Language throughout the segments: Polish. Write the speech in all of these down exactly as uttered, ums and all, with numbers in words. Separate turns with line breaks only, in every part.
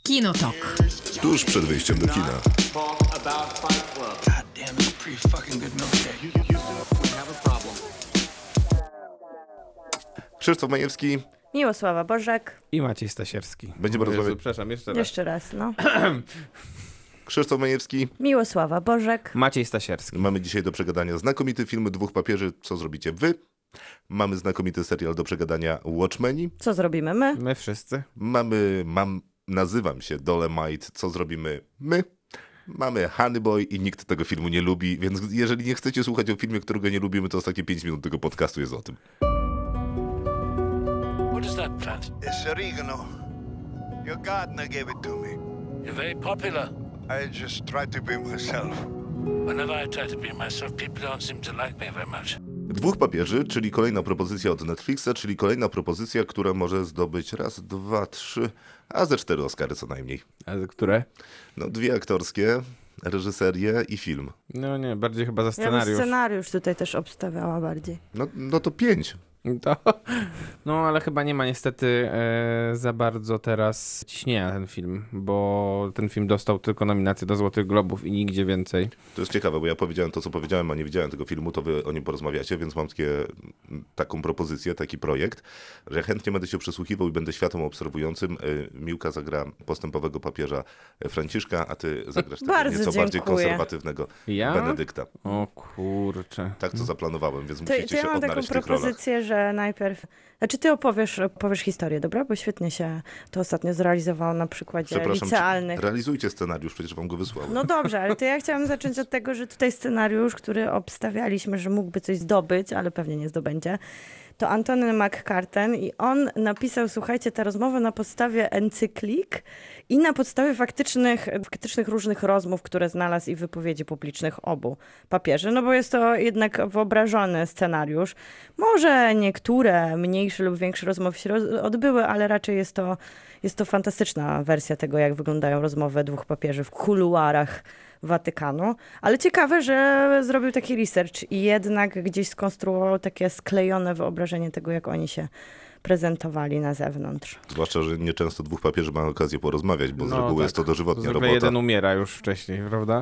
Kinotok.
Tuż przed wyjściem do kina. Krzysztof Majewski.
Miłosława Bożek.
I Maciej Stasierski.
Będziemy
Jezu,
rozmawiać.
Przepraszam, jeszcze raz.
Jeszcze raz, no.
Krzysztof Majewski.
Miłosława Bożek.
Maciej Stasierski.
Mamy dzisiaj do przegadania znakomity film Dwóch papieży. Co zrobicie wy? Mamy znakomity serial do przegadania Watchmeni.
Co zrobimy my?
My wszyscy.
Mamy, mam, nazywam się Dolemite. Co zrobimy my? Mamy Honey Boy i nikt tego filmu nie lubi, więc jeżeli nie chcecie słuchać o filmie, którego nie lubimy, to ostatnie pięć minut tego podcastu jest o tym.
What is that plant?
It's oregano. Your gardener gave it to me.
You're very popular.
I just try to be myself.
Whenever I try to be myself, people don't seem to like me very much.
Dwóch papieży, czyli kolejna propozycja od Netflixa, czyli kolejna propozycja, która może zdobyć raz, dwa, trzy, a ze cztery Oscary co najmniej.
A które?
No dwie aktorskie, reżyserię i film.
No nie, bardziej chyba za
Ja bym
scenariusz.
scenariusz tutaj też obstawiała bardziej.
No, no to pięć.
To, no ale chyba nie ma niestety e, za bardzo teraz ciśnienia na ten film, bo ten film dostał tylko nominację do Złotych Globów i nigdzie więcej.
To jest ciekawe, bo ja powiedziałem to, co powiedziałem, a nie widziałem tego filmu, to wy o nim porozmawiacie, więc mam takie, taką propozycję, taki projekt, że ja chętnie będę się przysłuchiwał i będę światłem obserwującym. Miłka zagra postępowego papieża Franciszka, a ty zagrasz tego
Bardzo
nieco bardziej
dziękuję.
konserwatywnego
Ja?
Benedykta.
O kurczę.
Tak to zaplanowałem, więc
To,
musicie
to ja
się
mam taką
odnaleźć w tych rolach.
propozycję, że najpierw... Znaczy ty opowiesz, opowiesz historię, dobra? Bo świetnie się to ostatnio zrealizowało na przykładzie
Przepraszam,
licealnych.
realizujcie scenariusz, przecież wam go wysłałem.
No dobrze, ale to ja chciałam zacząć od tego, że tutaj scenariusz, który obstawialiśmy, że mógłby coś zdobyć, ale pewnie nie zdobędzie, to Antony McCarten i on napisał, słuchajcie, tę rozmowę na podstawie encyklik i na podstawie faktycznych, faktycznych różnych rozmów, które znalazł i wypowiedzi publicznych obu papieży, no bo jest to jednak wyobrażony scenariusz. Może niektóre mniejsze lub większe rozmowy się roz- odbyły, ale raczej jest to, jest to fantastyczna wersja tego, jak wyglądają rozmowy dwóch papieży w kuluarach Watykanu. Ale ciekawe, że zrobił taki research i jednak gdzieś skonstruował takie sklejone wyobrażenie tego, jak oni się prezentowali na zewnątrz.
Zwłaszcza, że nieczęsto dwóch papieży ma okazję porozmawiać, bo z
No
reguły
tak.
jest to dożywotnia
Zwykle
robota.
jeden umiera już wcześniej, prawda?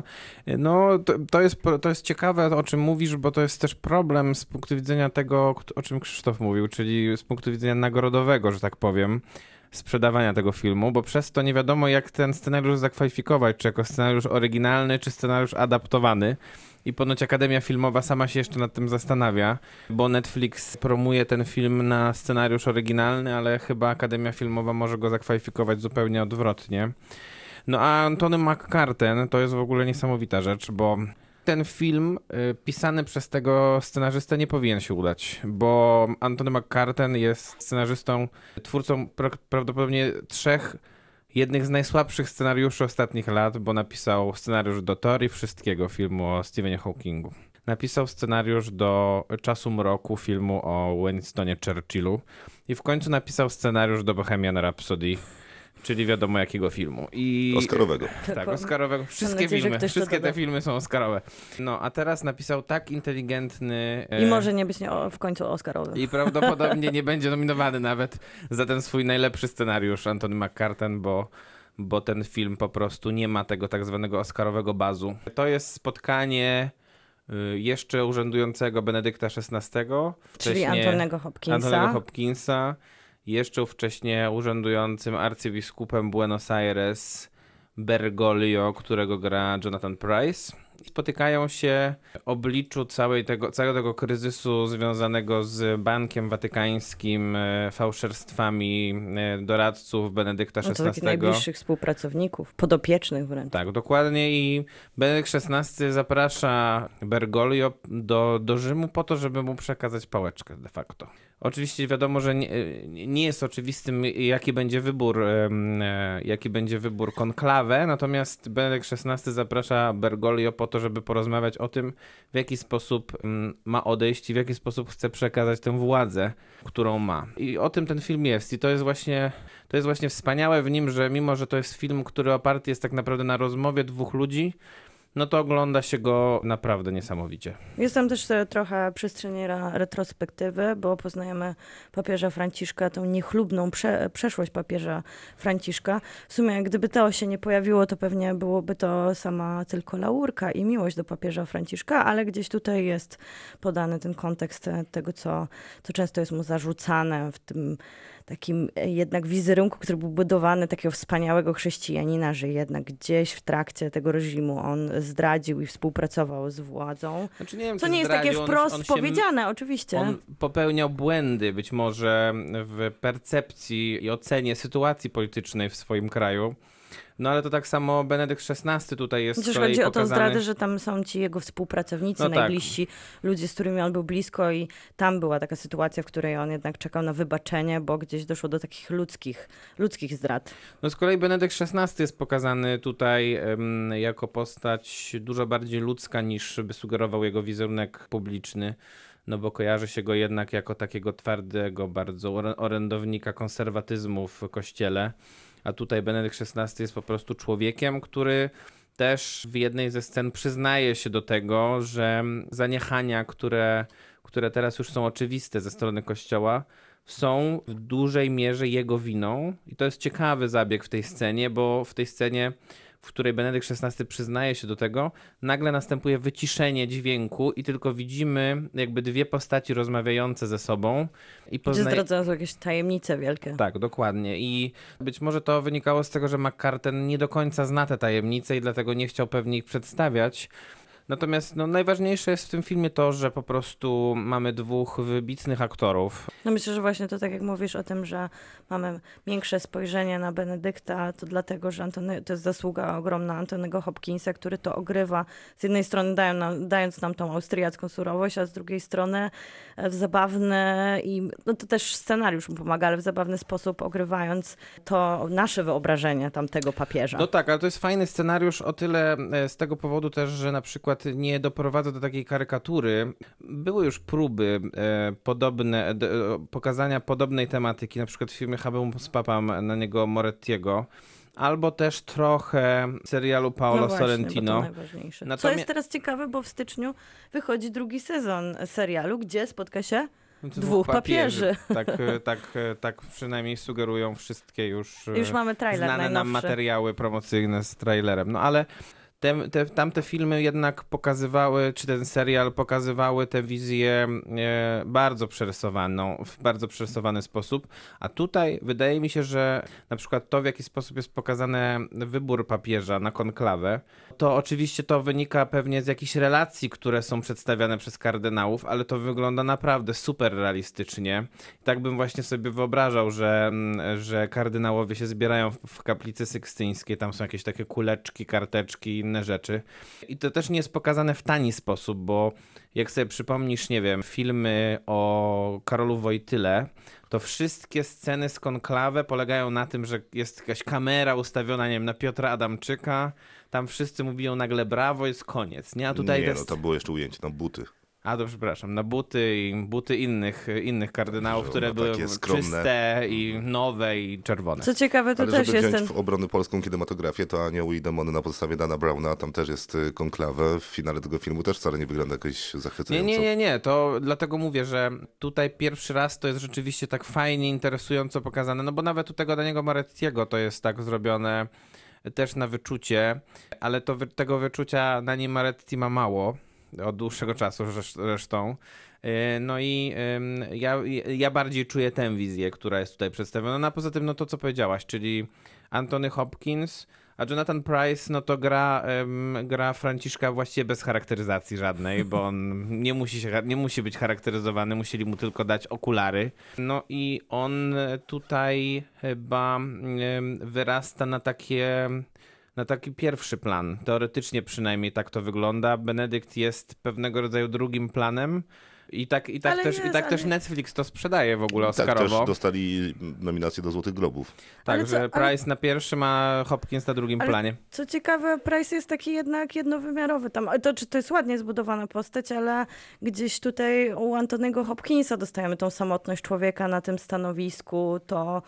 No to, to, jest, to jest ciekawe, o czym mówisz, bo to jest też problem z punktu widzenia tego, o czym Krzysztof mówił, czyli z punktu widzenia nagrodowego, że tak powiem, sprzedawania tego filmu, bo przez to nie wiadomo, jak ten scenariusz zakwalifikować, czy jako scenariusz oryginalny, czy scenariusz adaptowany. I ponoć Akademia Filmowa sama się jeszcze nad tym zastanawia, bo Netflix promuje ten film na scenariusz oryginalny, ale chyba Akademia Filmowa może go zakwalifikować zupełnie odwrotnie. No a Antony McCarten to jest w ogóle niesamowita rzecz, bo ten film y, pisany przez tego scenarzystę nie powinien się udać, bo Antony McCarten jest scenarzystą, twórcą pra- prawdopodobnie trzech jednych z najsłabszych scenariuszy ostatnich lat, bo napisał scenariusz do Teorii Wszystkiego, filmu o Stephenie Hawkingu. Napisał scenariusz do Czasu Mroku, filmu o Winstonie Churchillu i w końcu napisał scenariusz do Bohemian Rhapsody, czyli wiadomo jakiego filmu. I...
Oscarowego.
Tak, Oscarowego. Wszystkie
nadzieję, że
filmy,
ktoś to
wszystkie
doda.
te filmy są Oscarowe. No, a teraz napisał tak inteligentny...
I
e,
może nie być nie, o, w końcu Oscarowy.
I prawdopodobnie nie będzie nominowany nawet za ten swój najlepszy scenariusz Antony McCarten, bo, bo ten film po prostu nie ma tego tak zwanego Oscarowego bazu. To jest spotkanie y, jeszcze urzędującego Benedykta szesnastego.
Czyli
wcześniej
Antonego Hopkinsa.
Antonego Hopkinsa. Jeszcze wcześniej urzędującym arcybiskupem Buenos Aires Bergoglio, którego gra Jonathan Pryce. Spotykają się w obliczu całej tego, całego tego kryzysu związanego z Bankiem Watykańskim, e, fałszerstwami e, doradców Benedykta
No to takich
szesnastego.
najbliższych współpracowników, podopiecznych wręcz.
Tak, dokładnie i Benedykt szesnasty zaprasza Bergoglio do, do Rzymu po to, żeby mu przekazać pałeczkę de facto. Oczywiście wiadomo, że nie, nie jest oczywistym, jaki będzie wybór, e, jaki będzie wybór konklawę, natomiast Benedykt szesnasty zaprasza Bergoglio po to, żeby porozmawiać o tym, w jaki sposób mm, ma odejść i w jaki sposób chce przekazać tę władzę, którą ma. I o tym ten film jest. I to jest właśnie, to jest właśnie wspaniałe w nim, że mimo, że to jest film, który oparty jest tak naprawdę na rozmowie dwóch ludzi, no to ogląda się go naprawdę niesamowicie.
Jest tam też e, trochę przestrzeni re- retrospektywy, bo poznajemy papieża Franciszka, tą niechlubną prze- przeszłość papieża Franciszka. W sumie, gdyby to się nie pojawiło, to pewnie byłoby to sama tylko laurka i miłość do papieża Franciszka, ale gdzieś tutaj jest podany ten kontekst e, tego, co, co często jest mu zarzucane w tym takim jednak wizerunku, który był budowany takiego wspaniałego chrześcijanina, że jednak gdzieś w trakcie tego reżimu on zdradził i współpracował z władzą.
Znaczy, nie wiem,
Co
czy
nie jest
zdradził,
takie
on-
wprost
on się-
powiedziane, oczywiście.
On popełniał błędy być może w percepcji i ocenie sytuacji politycznej w swoim kraju. No ale to tak samo Benedykt szesnasty tutaj jest z
Przecież
kolei
chodzi o tą
pokazany.
zdradę, że tam są ci jego współpracownicy,
No tak.
najbliżsi ludzie, z którymi on był blisko i tam była taka sytuacja, w której on jednak czekał na wybaczenie, bo gdzieś doszło do takich ludzkich, ludzkich zdrad.
No z kolei Benedykt szesnasty jest pokazany tutaj em, jako postać dużo bardziej ludzka niż by sugerował jego wizerunek publiczny. No bo kojarzy się go jednak jako takiego twardego bardzo orę- orędownika konserwatyzmu w kościele. A tutaj Benedykt szesnasty jest po prostu człowiekiem, który też w jednej ze scen przyznaje się do tego, że zaniechania, które, które teraz już są oczywiste ze strony Kościoła, są w dużej mierze jego winą. I to jest ciekawy zabieg w tej scenie, bo w tej scenie, w której Benedykt szesnasty przyznaje się do tego, nagle następuje wyciszenie dźwięku i tylko widzimy jakby dwie postaci rozmawiające ze sobą. I
Gdzie
poznaje...
zdradzają jakieś tajemnice wielkie.
Tak, dokładnie. I być może to wynikało z tego, że McCarten nie do końca zna te tajemnice i dlatego nie chciał pewnie ich przedstawiać. Natomiast no, najważniejsze jest w tym filmie to, że po prostu mamy dwóch wybitnych aktorów.
No myślę, że właśnie to tak jak mówisz o tym, że mamy większe spojrzenie na Benedykta, to dlatego, że Antony, to jest zasługa ogromna Antonego Hopkinsa, który to ogrywa z jednej strony dają nam, dając nam tą austriacką surowość, a z drugiej strony w zabawny i no to też scenariusz mu pomaga, ale w zabawny sposób ogrywając to nasze wyobrażenie tamtego papieża.
No tak, ale to jest fajny scenariusz o tyle e, z tego powodu też, że na przykład nie doprowadza do takiej karykatury. Były już próby e, podobne, d, pokazania podobnej tematyki, na przykład w filmie Habemus Papam na niego Morettiego, albo też trochę serialu Paolo
no właśnie,
Sorrentino.
Bo to najważniejsze. Co
Natomiast-
jest teraz ciekawe, bo w styczniu wychodzi drugi sezon serialu, gdzie spotka się dwóch papieży.
Tak, e, tak, e, tak przynajmniej sugerują wszystkie już, e,
Już mamy trailer
znane nam
najnowszy.
materiały promocyjne z trailerem. No ale te, te, tamte filmy jednak pokazywały, czy ten serial pokazywały tę wizję e, bardzo przerysowaną, w bardzo przerysowany sposób, a tutaj wydaje mi się, że na przykład to, w jaki sposób jest pokazany wybór papieża na konklawę, to oczywiście to wynika pewnie z jakichś relacji, które są przedstawiane przez kardynałów, ale to wygląda naprawdę super realistycznie. Tak bym właśnie sobie wyobrażał, że, że kardynałowie się zbierają w, w kaplicy sykstyńskiej, tam są jakieś takie kuleczki, karteczki, inne rzeczy. I to też nie jest pokazane w tani sposób, bo jak sobie przypomnisz, nie wiem, filmy o Karolu Wojtyle, to wszystkie sceny z konklawę polegają na tym, że jest jakaś kamera ustawiona, nie wiem, na Piotra Adamczyka, tam wszyscy mówią nagle brawo, jest koniec, nie? A tutaj
Nie,
jest...
no to było jeszcze ujęcie na buty.
A to przepraszam, na buty i buty innych, innych kardynałów,
Że
które
one
były
takie skromne.
czyste i nowe i czerwone.
Co ciekawe, to
Ale
też
żeby
jest
wziąć
ten...
w obronę polską kinematografię, to Anioły i Demony na podstawie Dana Browna, tam też jest y, konklawę. W finale tego filmu też wcale nie wygląda jakoś
Nie,
zachwycająco.
nie, nie, nie, to dlatego mówię, że tutaj pierwszy raz to jest rzeczywiście tak fajnie, interesująco pokazane, no bo nawet u tego Daniego Morettiego to jest tak zrobione też na wyczucie, ale to wy, tego wyczucia Dani Moretti ma mało, od dłuższego czasu zresztą. No i ja, ja bardziej czuję tę wizję, która jest tutaj przedstawiona. No a poza tym no to, co powiedziałaś, czyli Anthony Hopkins, a Jonathan Pryce, no to gra, um, gra Franciszka właściwie bez charakteryzacji żadnej, bo on nie musi, się, nie musi być charakteryzowany, musieli mu tylko dać okulary. No i on tutaj chyba um, wyrasta na takie... na taki pierwszy plan. Teoretycznie przynajmniej tak to wygląda. Benedykt jest pewnego rodzaju drugim planem. I tak, i tak,
Ale
też,
jest,
i tak
ale-
też Netflix to sprzedaje w ogóle
Tak,
oscarowo.
też dostali nominację do Złotych Globów.
Ale
Także
co- ale-
Price na pierwszym, a Hopkins na drugim
Ale-
planie.
Co ciekawe, Price jest taki jednak jednowymiarowy. Tam, to, czy to jest ładnie zbudowana postać, ale gdzieś tutaj u Antonego Hopkinsa dostajemy tą samotność człowieka na tym stanowisku, to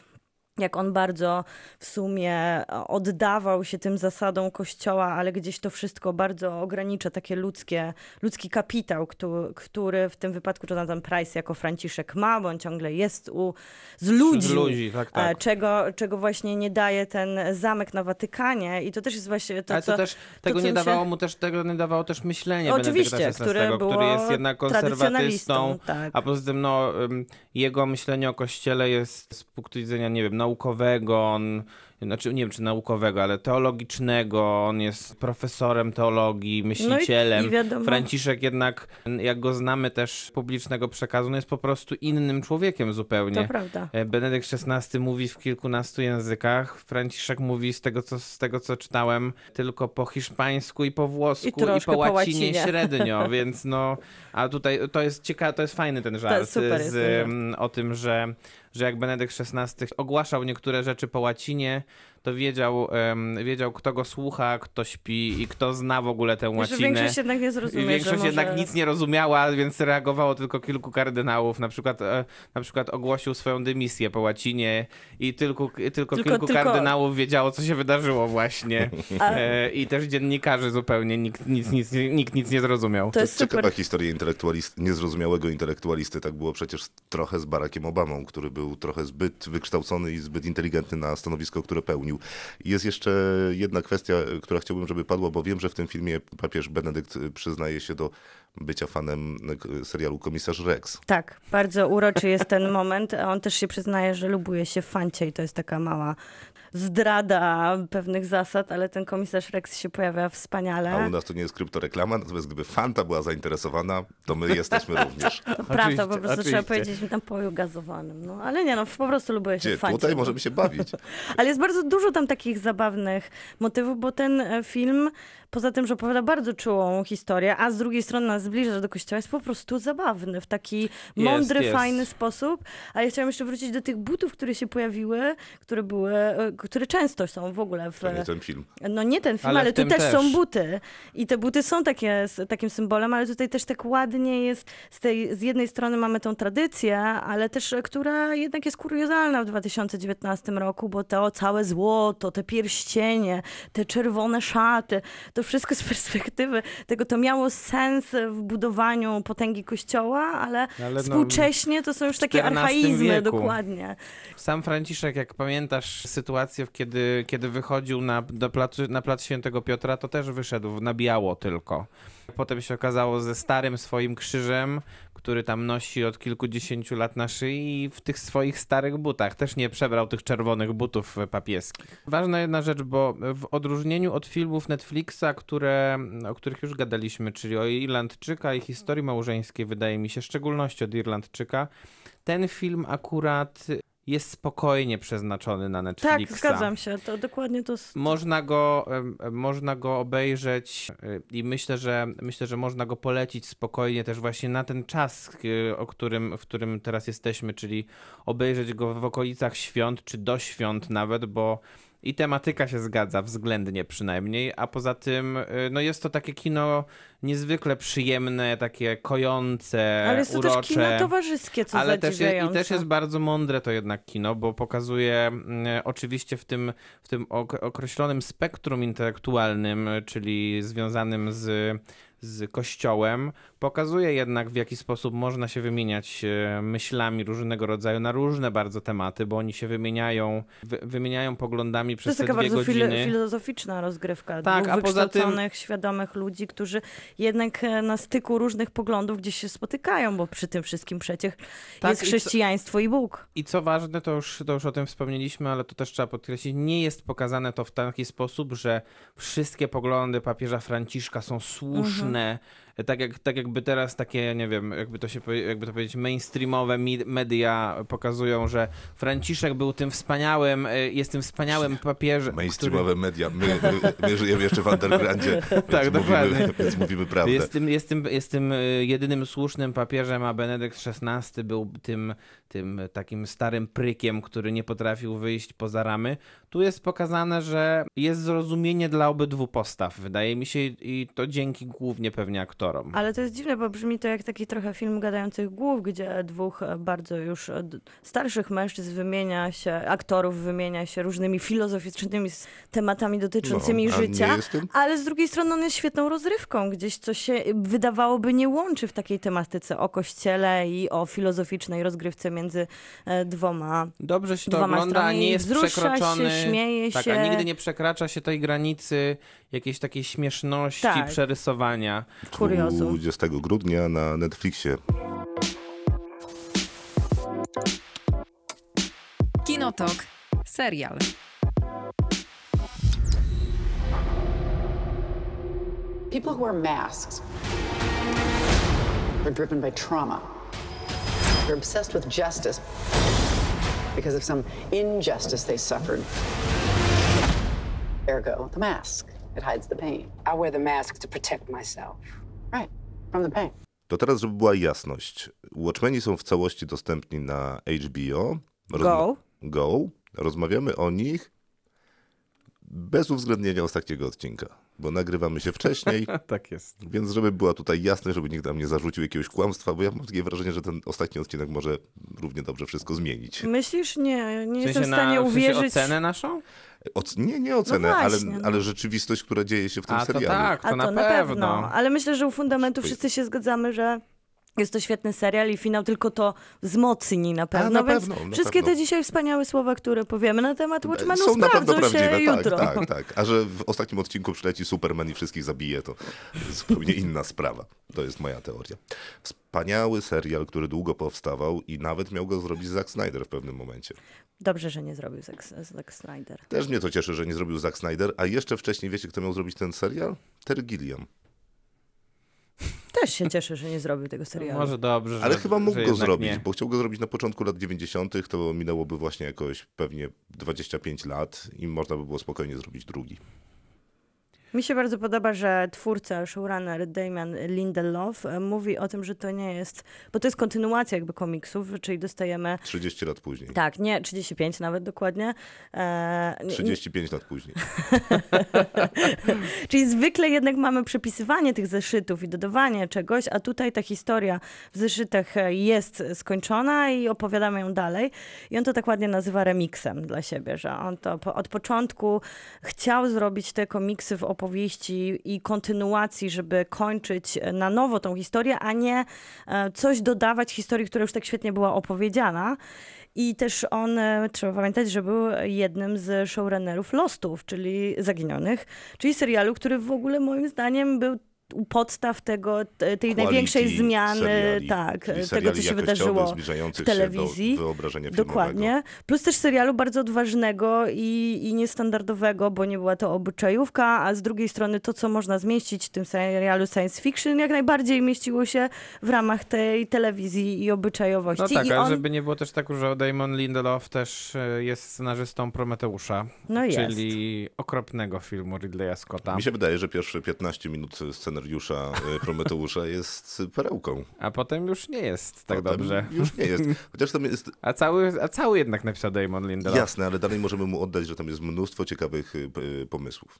jak on bardzo w sumie oddawał się tym zasadom Kościoła, ale gdzieś to wszystko bardzo ogranicza takie ludzkie, ludzki kapitał, który, który w tym wypadku Jonathan Pryce jako Franciszek ma, bo on ciągle jest u, z ludzi,
Z ludzi, tak, tak.
Czego, czego właśnie nie daje ten zamek na Watykanie i to też jest właśnie to,
Ale to
co...
też, tego
co
nie
mi się-
dawało mu też, tego nie dawało też myślenie
Oczywiście,
Benedykta
które
szesnastego,
było
który jest jednak konserwatystą,
tradycjonalistą, tak.
a poza tym no, ym, jego myślenie o Kościele jest z punktu widzenia, nie wiem, naukowego, on, znaczy nie wiem czy naukowego, ale teologicznego, on jest profesorem teologii, myślicielem.
No i, i wiadomo,
Franciszek jednak, jak go znamy też publicznego przekazu, no jest po prostu innym człowiekiem zupełnie.
to prawda.
Benedykt szesnasty mówi w kilkunastu językach. Franciszek mówi z tego, co, z tego, co czytałem, tylko po hiszpańsku i po włosku
I
i,
troszkę
po
po
łacinie,
łacinie.
średnio, więc no, a tutaj to jest ciekawe, to jest fajny ten żart
super jest
z,
ten żart.
m, o tym, że, że jak Benedykt szesnasty ogłaszał niektóre rzeczy po łacinie, to wiedział, um, wiedział, kto go słucha, kto śpi i kto zna w ogóle tę
Że
łacinę.
większość jednak nie zrozumie,
I większość
że może...
jednak nic nie rozumiała, więc reagowało tylko kilku kardynałów. Na przykład, e, na przykład ogłosił swoją dymisję po łacinie i tylko, tylko,
Tylko-
kilku
tylko-
kardynałów wiedziało, co się wydarzyło właśnie.
A-
E, I też dziennikarzy zupełnie nikt nic, nic, nikt nic nie zrozumiał.
To jest
Ciekawa
super.
historia intelektualisty, niezrozumiałego intelektualisty. Tak było przecież trochę z Barackiem Obamą, który był trochę zbyt wykształcony i zbyt inteligentny na stanowisko, które pełnił. Jest jeszcze jedna kwestia, która chciałbym, żeby padła, bo wiem, że w tym filmie papież Benedykt przyznaje się do bycia fanem serialu Komisarz Rex.
Tak, bardzo uroczy jest ten moment. On też się przyznaje, że lubuje się w fancie i to jest taka mała zdrada pewnych zasad, ale ten komisarz Rex się pojawia wspaniale.
A u nas to nie jest kryptoreklama, natomiast gdyby Fanta była zainteresowana, to my jesteśmy również.
To prawda, po prostu
oczywiście.
trzeba powiedzieć napoju gazowanym. No, ale nie, no po prostu lubię się
Gdzie?
w fancie.
Tutaj
no.
możemy się bawić.
Ale jest bardzo dużo tam takich zabawnych motywów, bo ten e, film, poza tym, że opowiada bardzo czułą historię, a z drugiej strony nas zbliża do kościoła, jest po prostu zabawny w taki mądry,
jest.
fajny sposób. A ja chciałam jeszcze wrócić do tych butów, które się pojawiły, które były, e, które często są w ogóle w...
To nie ten film.
No nie ten film,
Ale
ale,
w
tu
tym
też,
też.
są buty. I te buty są takie, s- takim symbolem, ale tutaj też tak ładnie jest. Z, tej, z jednej strony mamy tą tradycję, ale też, e, która jednak jest kuriozalna w dwa tysiące dziewiętnastym roku, bo to całe złoto, te pierścienie, te czerwone szaty, to wszystko z perspektywy tego, to miało sens w budowaniu potęgi kościoła, ale,
Ale no,
współcześnie to są już takie
czternastym
archaizmy,
wieku.
dokładnie.
Sam Franciszek, jak pamiętasz sytuację, kiedy, kiedy wychodził na, do placu, na plac Świętego Piotra, to też wyszedł na biało tylko. Potem się okazało ze starym swoim krzyżem, który tam nosi od kilkudziesięciu lat na szyi i w tych swoich starych butach. Też nie przebrał tych czerwonych butów papieskich. Ważna jedna rzecz, bo w odróżnieniu od filmów Netflixa, które, o których już gadaliśmy, czyli o Irlandczyka i historii małżeńskiej, wydaje mi się, w szczególności od Irlandczyka, ten film akurat jest spokojnie przeznaczony na Netflixa.
Tak, zgadzam się, to dokładnie to... s-
Można go, em, można go obejrzeć y, i myślę, że myślę, że można go polecić spokojnie też właśnie na ten czas, y, o którym, w którym teraz jesteśmy, czyli obejrzeć go w okolicach świąt, czy do świąt nawet, bo i tematyka się zgadza, względnie przynajmniej, a poza tym y, no jest to takie kino niezwykle przyjemne, takie kojące,
Ale jest to
urocze.
też kino towarzyskie, co
Ale też, i
zadziwiające.
też jest bardzo mądre to jednak kino, bo pokazuje mm, oczywiście w tym, w tym ok- określonym spektrum intelektualnym, czyli związanym z, z Kościołem, pokazuje jednak w jaki sposób można się wymieniać e, myślami różnego rodzaju na różne bardzo tematy, bo oni się wymieniają, wy, wymieniają poglądami
To
przez
jest
te
taka
dwie
bardzo
godziny.
filo- filozoficzna rozgrywka.
Tak,
dwóch
a poza tym-
wykształconych, świadomych ludzi, którzy jednak e, na styku różnych poglądów gdzieś się spotykają, bo przy tym wszystkim przecież
Tak,
jest
i co-
chrześcijaństwo i Bóg.
I co ważne, to już, to już o tym wspomnieliśmy, ale to też trzeba podkreślić, nie jest pokazane to w taki sposób, że wszystkie poglądy papieża Franciszka są słuszne, tak, jak, tak jakby teraz takie, nie wiem, jakby to się powie- jakby to powiedzieć, mainstreamowe mi- media pokazują, że Franciszek był tym wspaniałym, y, jest tym wspaniałym papieżem.
Mainstreamowe media. My, my, my żyjemy jeszcze w undergroundzie,
Tak,
więc,
dokładnie.
mówimy, więc mówimy prawdę.
Jest tym, jest, tym, jest tym y, jedynym słusznym papieżem, a Benedykt szesnasty był tym, tym takim starym prykiem, który nie potrafił wyjść poza ramy. Tu jest pokazane, że jest zrozumienie dla obydwu postaw, wydaje mi się, i to dzięki głównie pewnie aktorowi. aktorom.
Ale to jest dziwne, bo brzmi to jak taki trochę film gadających głów, gdzie dwóch bardzo już starszych mężczyzn wymienia się, aktorów wymienia się różnymi filozoficznymi tematami dotyczącymi
No, a
życia,
nie jest tym?
ale z drugiej strony on jest świetną rozrywką, gdzieś co się wydawałoby nie łączy w takiej tematyce o kościele i o filozoficznej rozgrywce między e, dwoma
Dobrze się to
dwoma
ogląda, a
stronami.
nie jest
Wzrusza
przekroczony.
się, śmieje
tak,
się.
a nigdy nie przekracza się tej granicy jakiejś takiej śmieszności,
Tak.
przerysowania.
Kuriozu.
dwudziestego grudnia na Netflixie.
Kinotok. Serial.
People who wear masks are driven by trauma. They're obsessed with justice because of some injustice they suffered. Ergo, the mask. It hides the pain.
I wear the mask to protect myself.
Right, from the pain.
To teraz, żeby była jasność. Watchmeni są w całości dostępni na H B O.
Go.
Go. Rozmawiamy o nich bez uwzględnienia ostatniego odcinka, bo nagrywamy się wcześniej,
Tak jest.
więc żeby była tutaj jasność, żeby nikt nam nie zarzucił jakiegoś kłamstwa, bo ja mam takie wrażenie, że ten ostatni odcinek może równie dobrze wszystko zmienić.
Myślisz? Nie, nie
W
jestem
sensie,
w stanie
na, w sensie
uwierzyć.
ocenę naszą?
Oc- nie, nie ocenę,
No
ale,
właśnie, no.
ale rzeczywistość, która dzieje się w tym
A to
serialu.
tak, to,
A to
na,
na
pewno.
Ale myślę, że u fundamentu wszyscy się zgadzamy, że jest to świetny serial i finał tylko to wzmocni na pewno.
na
Więc
pewno, na
wszystkie
pewno.
te dzisiaj wspaniałe słowa, które powiemy na temat Watchmenów,
Są na pewno
sprawdzą się
prawdziwe,
jutro.
tak, tak, tak. A że w ostatnim odcinku przyleci Superman i wszystkich zabije, to zupełnie inna sprawa. To jest moja teoria. Wspaniały serial, który długo powstawał i nawet miał go zrobić Zack Snyder w pewnym momencie.
Dobrze, że nie zrobił Zack, Zack Snyder.
Też mnie to cieszy, że nie zrobił Zack Snyder, a jeszcze wcześniej wiecie, kto miał zrobić ten serial? Terry Gilliam.
Też się cieszę, że nie zrobił tego serialu.
Może dobrze,
Ale
że,
chyba mógł
że
go
jednak
zrobić,
nie.
bo chciał go zrobić na początku lat dziewięćdziesiątych, to minęłoby właśnie jakoś pewnie dwadzieścia pięć lat i można by było spokojnie zrobić drugi.
Mi się bardzo podoba, że twórca, showrunner Damon Lindelof e, mówi o tym, że to nie jest, bo to jest kontynuacja jakby komiksów, czyli dostajemy,
trzydzieści lat później.
tak, nie, trzydzieści pięć nawet dokładnie. E, nie-
trzydzieści pięć lat później.
Czyli zwykle jednak mamy przepisywanie tych zeszytów i dodawanie czegoś, a tutaj ta historia w zeszytach jest skończona i opowiadamy ją dalej. I on to tak ładnie nazywa remixem dla siebie, że on to po, od początku chciał zrobić te komiksy w opowieści i kontynuacji, żeby kończyć na nowo tą historię, a nie e, coś dodawać historii, która już tak świetnie była opowiedziana. I też on, e, trzeba pamiętać, że był jednym z showrunnerów Lostów, czyli Zaginionych, czyli serialu, który w ogóle moim zdaniem był u podstaw tego, te- tej
Quality
największej zmiany,
seriali,
tak,
czyli
tego,
seriali
co się
jakościowych,
wydarzyło w
zbliżających
telewizji.
się do wyobrażenia filmowego.
Dokładnie. Plus też serialu bardzo odważnego i, i niestandardowego, bo nie była to obyczajówka, a z drugiej strony to, co można zmieścić w tym serialu science fiction, jak najbardziej mieściło się w ramach tej telewizji i obyczajowości.
No tak,
I
ale
on...
żeby nie było też tak, że Damon Lindelof też e, jest scenarzystą Prometeusza,
No jest.
czyli okropnego filmu Ridleya Scotta.
Mi się wydaje, że pierwsze piętnaście minut scenariusza y, Prometeusza jest perełką.
A potem już nie jest tak
Potem
dobrze.
Już nie jest. Chociaż tam jest
A cały, a cały jednak napisał Damon Lindelof.
jasne, ale dalej możemy mu oddać, że tam jest mnóstwo ciekawych y, y, pomysłów.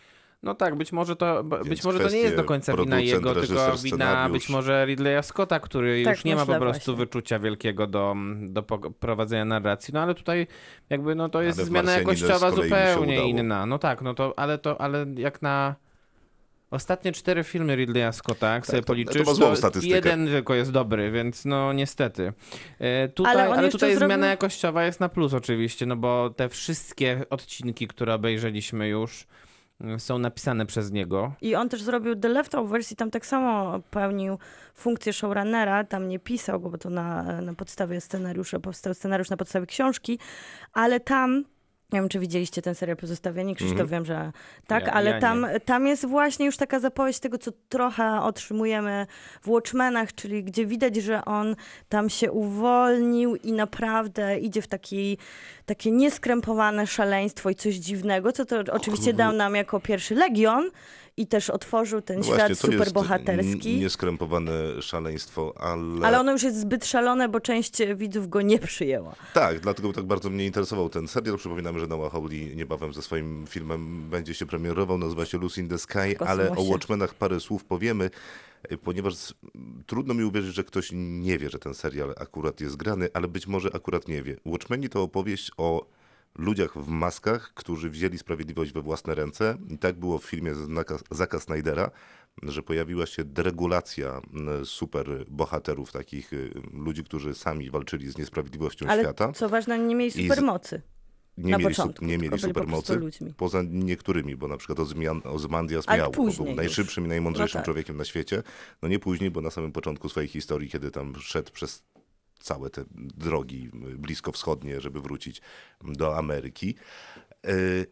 No tak, być może to, bo-
Więc
być może to nie
kwestie
jest do końca wina
producent,
jego, tylko
reżyser,
wina
scenariusz.
być może Ridleya Scotta, który
Tak,
już nie ma
myślę
po prostu
właśnie.
wyczucia wielkiego do, do po- prowadzenia narracji. No ale tutaj jakby no to jest
Ale w
zmiana
Marsjaninem
jakościowa
z kolei mu się
zupełnie
udało.
inna. No tak, no to ale to, ale jak na ostatnie cztery filmy Ridleya Scotta, jak sobie
to-
policzysz,
to ma złą statystykę.
jeden tylko jest dobry, więc no niestety. E, tutaj,
Ale
ale
on jeszcze
tutaj
zrobił-
zmiana jakościowa jest na plus oczywiście, no bo te wszystkie odcinki, które obejrzeliśmy już, y, są napisane przez niego.
I on też zrobił The Leftovers i tam tak samo pełnił funkcję showrunnera, tam nie pisał go, bo to na, na podstawie scenariusza, powstał scenariusz na podstawie książki, ale tam, nie wiem, czy widzieliście ten serial Pozostawieni, Krzysztof,
Mhm.
wiem, że tak,
Ja-
ale
ja nie.
tam, tam jest właśnie już taka zapowiedź tego, co trochę otrzymujemy w Watchmenach, czyli gdzie widać, że on tam się uwolnił i naprawdę idzie w taki, takie nieskrępowane szaleństwo i coś dziwnego, co to oczywiście dał nam jako pierwszy Legion i też otworzył ten
No
świat
właśnie, to jest
superbohaterski.
n- nieskrępowane szaleństwo, ale...
Ale ono już jest zbyt szalone, bo część widzów go nie przyjęła.
Tak, dlatego tak bardzo mnie interesował ten serial. Przypominam, że Noah Hawley niebawem ze swoim filmem będzie się premierował, nazywa się Lucy in the Sky,
W
ale o
kosmosie.
Watchmenach parę słów powiemy, ponieważ trudno mi uwierzyć, że ktoś nie wie, że ten serial akurat jest grany, ale być może akurat nie wie. Watchmeni to opowieść o ludziach w maskach, którzy wzięli sprawiedliwość we własne ręce. I tak było w filmie Zacka Snydera, że pojawiła się deregulacja super bohaterów, takich ludzi, którzy sami walczyli z niesprawiedliwością
Ale
świata.
co ważne, nie mieli
I z-
supermocy.
Nie
na
mieli,
początku,
su- nie
tylko
mieli
byli po prostu
supermocy,
ludźmi.
poza niektórymi, bo na przykład Ozmian- Ozymandias
Ale
miał, bo
później
był
już.
najszybszym i najmądrzejszym
No tak.
człowiekiem na świecie. No nie później, bo na samym początku swojej historii, kiedy tam szedł przez całe te drogi bliskowschodnie, żeby wrócić do Ameryki. Yy,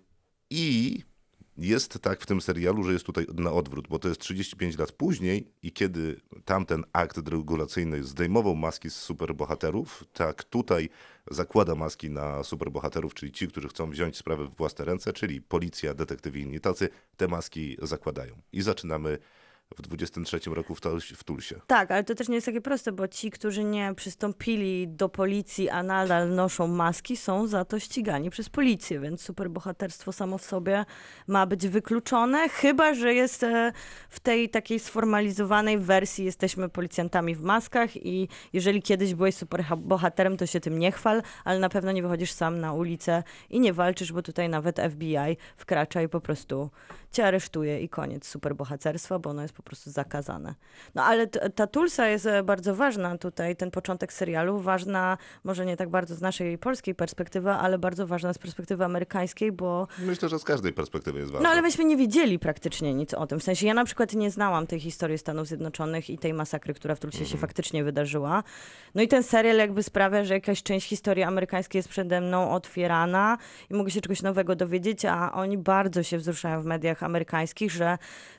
I jest tak w tym serialu, że jest tutaj na odwrót, bo to jest trzydzieści pięć lat później i kiedy tamten akt deregulacyjny zdejmował maski z superbohaterów, tak tutaj zakłada maski na superbohaterów, czyli ci, którzy chcą wziąć sprawę w własne ręce, czyli policja, detektywi i inni tacy, te maski zakładają. I zaczynamy w dwudziestym trzecim roku w, Tul- w Tulsie.
Tak, ale to też nie jest takie proste, bo ci, którzy nie przystąpili do policji, a nadal noszą maski, są za to ścigani przez policję, więc superbohaterstwo samo w sobie ma być wykluczone, chyba że jest e, w tej takiej sformalizowanej wersji jesteśmy policjantami w maskach i jeżeli kiedyś byłeś superbohaterem, to się tym nie chwal, ale na pewno nie wychodzisz sam na ulicę i nie walczysz, bo tutaj nawet F B I wkracza i po prostu cię aresztuje i koniec superbohaterstwa, bo ono jest po prostu zakazane. No ale t- ta Tulsa jest e, bardzo ważna tutaj, ten początek serialu, ważna może nie tak bardzo z naszej polskiej perspektywy, ale bardzo ważna z perspektywy amerykańskiej, bo
Myślę, że z każdej perspektywy jest ważne.
no ale myśmy nie wiedzieli praktycznie nic o tym. W sensie ja na przykład nie znałam tej historii Stanów Zjednoczonych i tej masakry, która w Tulsie się faktycznie wydarzyła. No i ten serial jakby sprawia, że jakaś część historii amerykańskiej jest przede mną otwierana i mogę się czegoś nowego dowiedzieć, a oni bardzo się wzruszają w mediach amerykańskich, że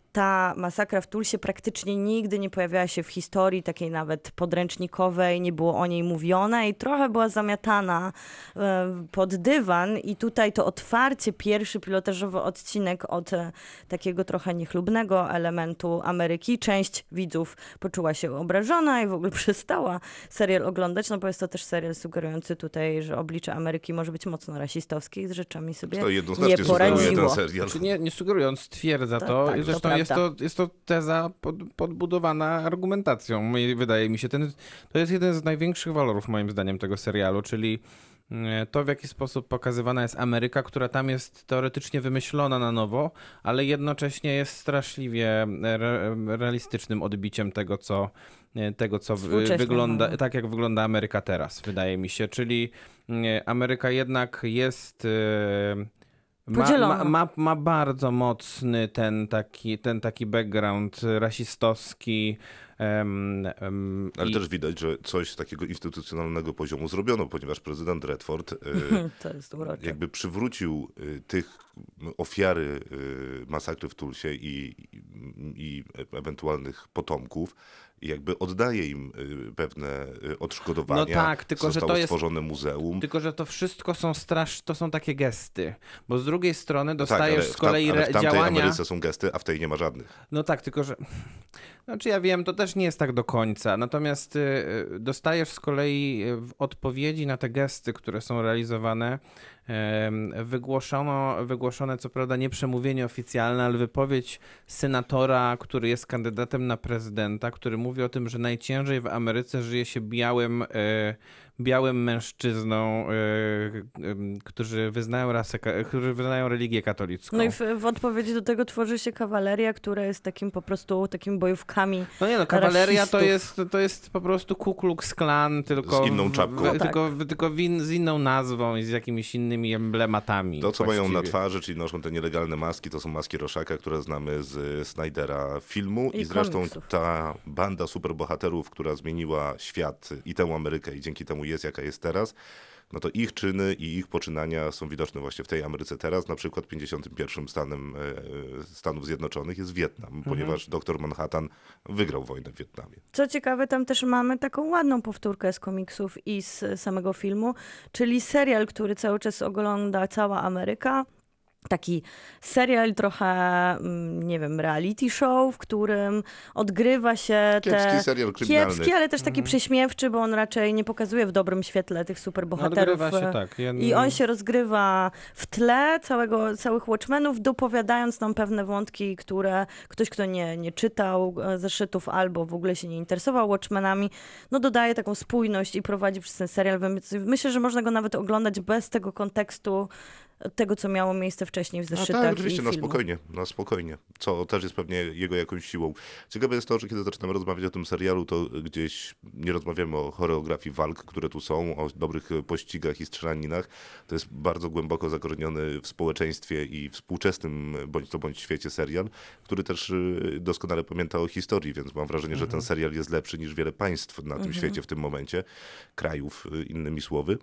ta masakra w Tulsie praktycznie nigdy nie pojawiała się w historii takiej nawet podręcznikowej, nie było o niej mówione i trochę była zamiatana e, pod dywan i tutaj to otwarcie, pierwszy pilotażowy odcinek od e, takiego trochę niechlubnego elementu Ameryki. Część widzów poczuła się obrażona i w ogóle przestała serial oglądać, no bo jest to też serial sugerujący tutaj, że oblicze Ameryki może być mocno rasistowskie i z rzeczami sobie
To
nie
jednoznacznie sugeruje
poradziło.
ten serial.
Znaczy nie, nie sugerując, stwierdza
To
to.
tak, to
Zresztą
prawda.
jest, to, jest to teza pod, podbudowana argumentacją. Moi- Wydaje mi się, ten, to jest jeden z największych walorów moim zdaniem tego serialu, czyli mm, to, w jaki sposób pokazywana jest Ameryka, która tam jest teoretycznie wymyślona na nowo, ale jednocześnie jest straszliwie re, realistycznym odbiciem tego, co, tego, co wy-
Współcześnie,
wygląda,
no.
tak jak wygląda Ameryka teraz, wydaje mi się. Czyli mm, Ameryka jednak jest... e, Ma,
Podzielona.
ma, ma, ma bardzo mocny ten taki, ten taki background rasistowski. em, em,
Ale
i-
też widać, że coś takiego instytucjonalnego poziomu zrobiono, ponieważ prezydent Redford y,
To jest urocze.
jakby przywrócił y, tych ofiary y, masakry w Tulsie i, i, i ewentualnych potomków i jakby oddaje im y, pewne y, odszkodowania.
No tak, tylko że
Zostało
to jest-
stworzone muzeum.
Tylko, że to wszystko są strasz, to są takie gesty, bo z drugiej strony
Tak,
dostajesz
ale
z
w, tam,
kolei
ale w
re-
tamtej
działania...
Ameryce są gesty, a w tej nie ma żadnych.
No tak, tylko że... Znaczy ja wiem, to też nie jest tak do końca. Natomiast y, y, dostajesz z kolei y, w odpowiedzi na te gesty, które są realizowane, em, wygłoszono, wygłoszone co prawda nie przemówienie oficjalne, ale wypowiedź senatora, który jest kandydatem na prezydenta, który mówi o tym, że najciężej w Ameryce żyje się białym, y, białym mężczyzną, y, y, którzy wyznają rasę, ka- którzy wyznają religię katolicką.
No i w, w odpowiedzi do tego tworzy się kawaleria, która jest takim po prostu takimi bojówkami.
No nie no, kawaleria to
rasistów.
jest, to jest po prostu Ku Klux Klan, tylko
Z inną
w-
czapką.
w-
No tak.
tylko tylko w in, z inną nazwą i z jakimiś innymi emblematami.
To, co mają na
właściwie.
twarzy, czyli noszą te nielegalne maski, to są maski Roszaka, które znamy z Snydera filmu. I,
I
zresztą
komiksów.
ta banda superbohaterów, która zmieniła świat i tę Amerykę i dzięki temu jest, jaka jest teraz, no to ich czyny i ich poczynania są widoczne właśnie w tej Ameryce teraz. Na przykład pięćdziesiątym pierwszym stanem e, Stanów Zjednoczonych jest Wietnam,
Mhm.
ponieważ doktor Manhattan wygrał wojnę w Wietnamie.
Co ciekawe, tam też mamy taką ładną powtórkę z komiksów i z samego filmu, czyli serial, który cały czas ogląda cała Ameryka. taki serial trochę, nie wiem, reality show, w którym odgrywa się
Kiepski
te...
serial kryminalny.
Kiepski, ale też taki prześmiewczy, bo on raczej nie pokazuje w dobrym świetle tych superbohaterów.
No, odgrywa się, tak. Ja...
I on się rozgrywa w tle całego, całych Watchmenów, dopowiadając nam pewne wątki, które ktoś, kto nie, nie czytał zeszytów albo w ogóle się nie interesował Watchmenami, no dodaje taką spójność i prowadzi przez ten serial. Myślę, że można go nawet oglądać bez tego kontekstu tego, co miało miejsce wcześniej w zeszytach.
A tak, oczywiście,
i
na
filmu.
spokojnie, na spokojnie, co też jest pewnie jego jakąś siłą. Ciekawe jest to, że kiedy zaczynamy rozmawiać o tym serialu, to gdzieś nie rozmawiamy o choreografii walk, które tu są, o dobrych pościgach i strzelaninach. To jest bardzo głęboko zakorzeniony w społeczeństwie i współczesnym bądź to bądź świecie serial, który też doskonale pamięta o historii, więc mam wrażenie, że ten serial jest lepszy niż wiele państw na tym świecie w tym momencie, krajów, innymi słowy.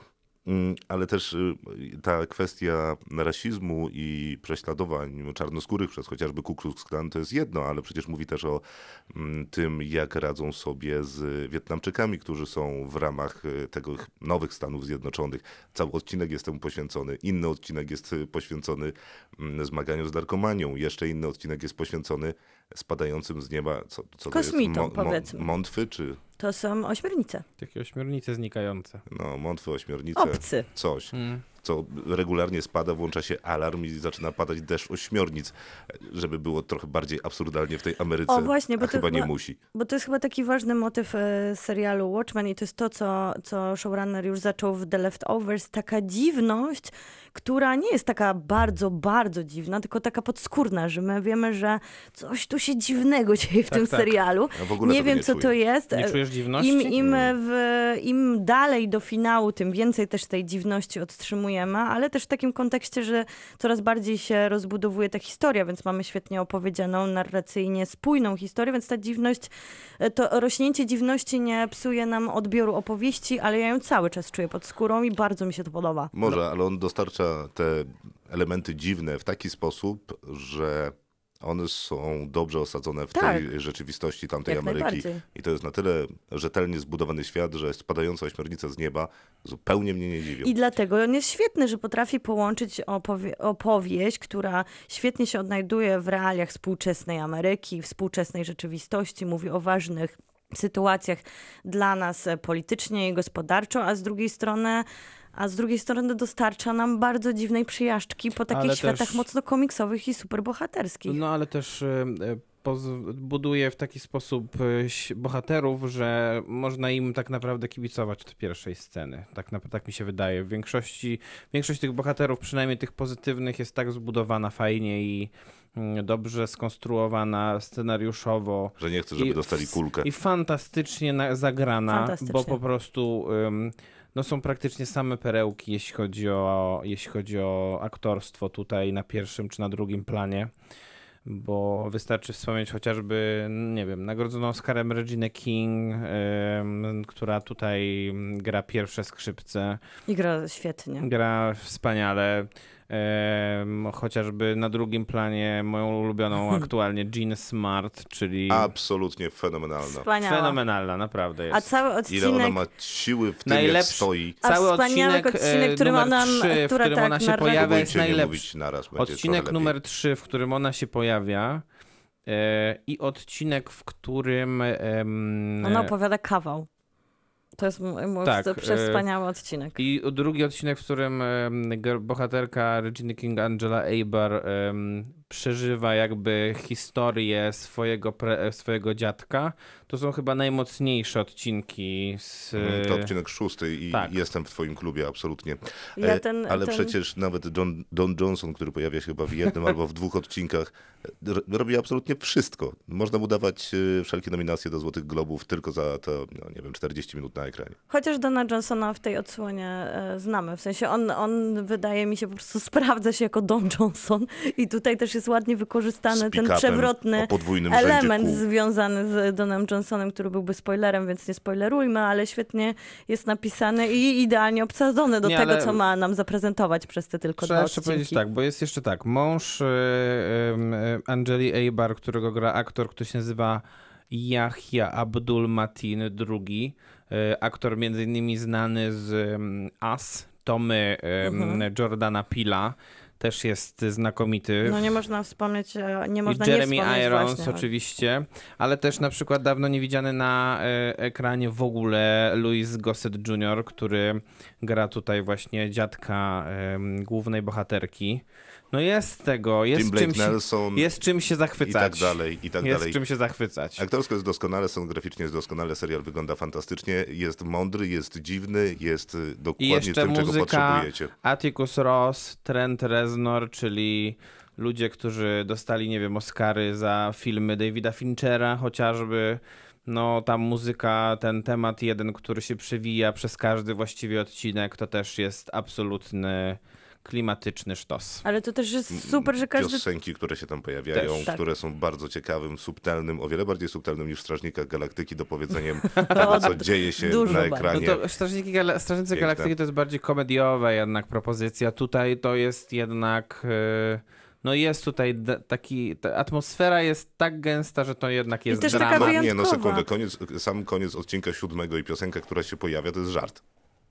Ale też ta kwestia rasizmu i prześladowań czarnoskórych przez chociażby Ku Klux Klan to jest jedno, ale przecież mówi też o tym, jak radzą sobie z Wietnamczykami, którzy są w ramach tego nowych Stanów Zjednoczonych. Cały odcinek jest temu poświęcony. Inny odcinek jest poświęcony zmaganiu z narkomanią. Jeszcze inny odcinek jest poświęcony spadającym z nieba, co, co to jest?
Kosmitom, powiedzmy.
Mątwy czy...
To są ośmiornice.
Takie ośmiornice znikające.
No, mątwy, ośmiornice.
Obcy.
Coś.
Mm.
Co regularnie spada, włącza się alarm i zaczyna padać deszcz ośmiornic, żeby było trochę bardziej absurdalnie w tej Ameryce.
O właśnie, bo
a
to
chyba nie
chyba-
musi.
Bo to jest chyba taki ważny motyw e, serialu Watchmen i to jest to, co, co showrunner już zaczął w The Leftovers. Taka dziwność, która nie jest taka bardzo, bardzo dziwna, tylko taka podskórna, że my wiemy, że coś tu się dziwnego dzieje w
Tak,
tym
tak.
serialu.
Ja w ogóle
Nie
tego
wiem,
nie
co
czuję.
to jest.
Nie czujesz dziwności?
Im, im, w, Im dalej do finału, tym więcej też tej dziwności odtrzymujemy, ale też w takim kontekście, że coraz bardziej się rozbudowuje ta historia, więc mamy świetnie opowiedzianą, narracyjnie spójną historię, więc ta dziwność, to rośnięcie dziwności nie psuje nam odbioru opowieści, ale ja ją cały czas czuję pod skórą i bardzo mi się to podoba.
Może, ale on dostarcza te elementy dziwne w taki sposób, że one są dobrze osadzone w
Tak.
tej rzeczywistości tamtej
Jak
Ameryki.
najbardziej.
I to jest na tyle rzetelnie zbudowany świat, że spadająca ośmiornica z nieba zupełnie mnie nie dziwią.
I dlatego on jest świetny, że potrafi połączyć opowie- opowieść, która świetnie się odnajduje w realiach współczesnej Ameryki, współczesnej rzeczywistości, mówi o ważnych sytuacjach dla nas politycznie i gospodarczo, a z drugiej strony a z drugiej strony dostarcza nam bardzo dziwnej przyjażdżki po takich
Ale
światach
też-
mocno komiksowych i superbohaterskich.
No ale też y, y, poz- buduje w taki sposób y, ś- bohaterów, że można im tak naprawdę kibicować od pierwszej sceny. Tak, na, tak mi się wydaje. W większości, większość tych bohaterów, przynajmniej tych pozytywnych, jest tak zbudowana fajnie i y, dobrze skonstruowana scenariuszowo.
Że nie chcę, żeby
I
dostali
w-
kulkę.
I fantastycznie na, zagrana,
Fantastycznie.
bo po prostu ym, no są praktycznie same perełki, jeśli chodzi o, jeśli chodzi o aktorstwo tutaj na pierwszym czy na drugim planie. Bo wystarczy wspomnieć chociażby, nie wiem, nagrodzoną Oscarem Reginę King, ym, która tutaj gra pierwsze skrzypce.
I gra świetnie.
Gra wspaniale. Em, chociażby na drugim planie moją ulubioną aktualnie Jean Smart, czyli
Absolutnie fenomenalna.
Wspaniała.
fenomenalna, naprawdę jest.
A cały
Ile ona
odcinek...
ma siły w tym, jak
Najlepszy-
stoi.
A
Cały
wspaniały
odcinek,
odcinek,
e,
którym
numer
ona-
trzy, w
która
którym
tak
ona się
narra-
pojawia, jest
Próbujcie nie
najlepszy.
mówić naraz, będzie
Odcinek
trochę
numer
lepiej.
trzy, w którym ona się pojawia e, i odcinek, w którym... em,
Ona opowiada kawał. To jest mój, mój
Tak,
to
e,
przewspaniały odcinek.
I drugi odcinek, w którym em, ger- bohaterka Reginy King, Angela Abar, em, przeżywa jakby historię swojego, pre, swojego dziadka. To są chyba najmocniejsze odcinki z...
Mm, To odcinek szósty i
tak.
jestem w twoim klubie, absolutnie.
Ja
E,
ten-
Ale
ten-
przecież nawet John, Don Johnson, który pojawia się chyba w jednym albo w dwóch odcinkach, r- robi absolutnie wszystko. Można mu dawać e, wszelkie nominacje do Złotych Globów tylko za to, no, nie wiem, czterdzieści minut na ekranie.
Chociaż Dona Johnsona w tej odsłonie e, znamy. W sensie on, on wydaje mi się po prostu sprawdza się jako Don Johnson i tutaj też jest ładnie wykorzystany
Z
ten
pick-upem
przewrotny
o podwójnym rzędzie
element
kół.
związany z Donem Johnsonem, który byłby spoilerem, więc nie spoilerujmy, ale świetnie jest napisany i idealnie obsadzony do
Nie,
tego,
ale-
co ma nam zaprezentować przez te tylko
Trzeba
dwa
jeszcze
odcinki.
powiedzieć tak, bo jest jeszcze tak, mąż e, e, Angeli Abar, którego gra aktor, który się nazywa Yahya Abdul Matin drugi, e, aktor między innymi znany z um, Us, to my, e,
Mhm.
Jordana Peela. też jest znakomity.
No nie można wspomnieć, e, nie można
I
nie
Jeremy
wspomnieć
Irons
właśnie.
oczywiście, ale też na przykład dawno nie widziany na e, ekranie w ogóle Louis Gossett junior, który gra tutaj właśnie dziadka e, głównej bohaterki. No jest tego, jest
Tim Blake
czymś,
Nelson
jest czym się zachwycać.
i tak dalej, i tak
jest
dalej.
czym się zachwycać.
Aktorsko jest doskonale, scenograficznie jest doskonale, serial wygląda fantastycznie, jest mądry, jest dziwny, jest y,
I
dokładnie
jeszcze
tym, czego
muzyka
potrzebujecie.
Atticus Ross, Trent Reznor, czyli ludzie, którzy dostali, nie wiem, Oscary za filmy Davida Finchera chociażby. No ta muzyka, ten temat jeden, który się przewija przez każdy właściwie odcinek, to też jest absolutny klimatyczny sztos.
Ale to też jest super, że każdy...
Piosenki, które się tam pojawiają,
Też.
Tak.
które są bardzo ciekawym, subtelnym, o wiele bardziej subtelnym niż w Strażnikach Galaktyki dopowiedzeniem tego, co dzieje się
dużo
na
bardziej.
ekranie.
No to Strażniki Gala- Strażnicy
Piękne.
Galaktyki to jest bardziej komediowa jednak propozycja. Tutaj to jest jednak... Yy, no jest tutaj d- taki... Ta atmosfera jest tak gęsta, że to jednak jest
też taka
dramat.
wyjątkowa.
Nie, no sekundę, koniec, sam koniec odcinka siódmego i piosenka, która się pojawia, to jest żart.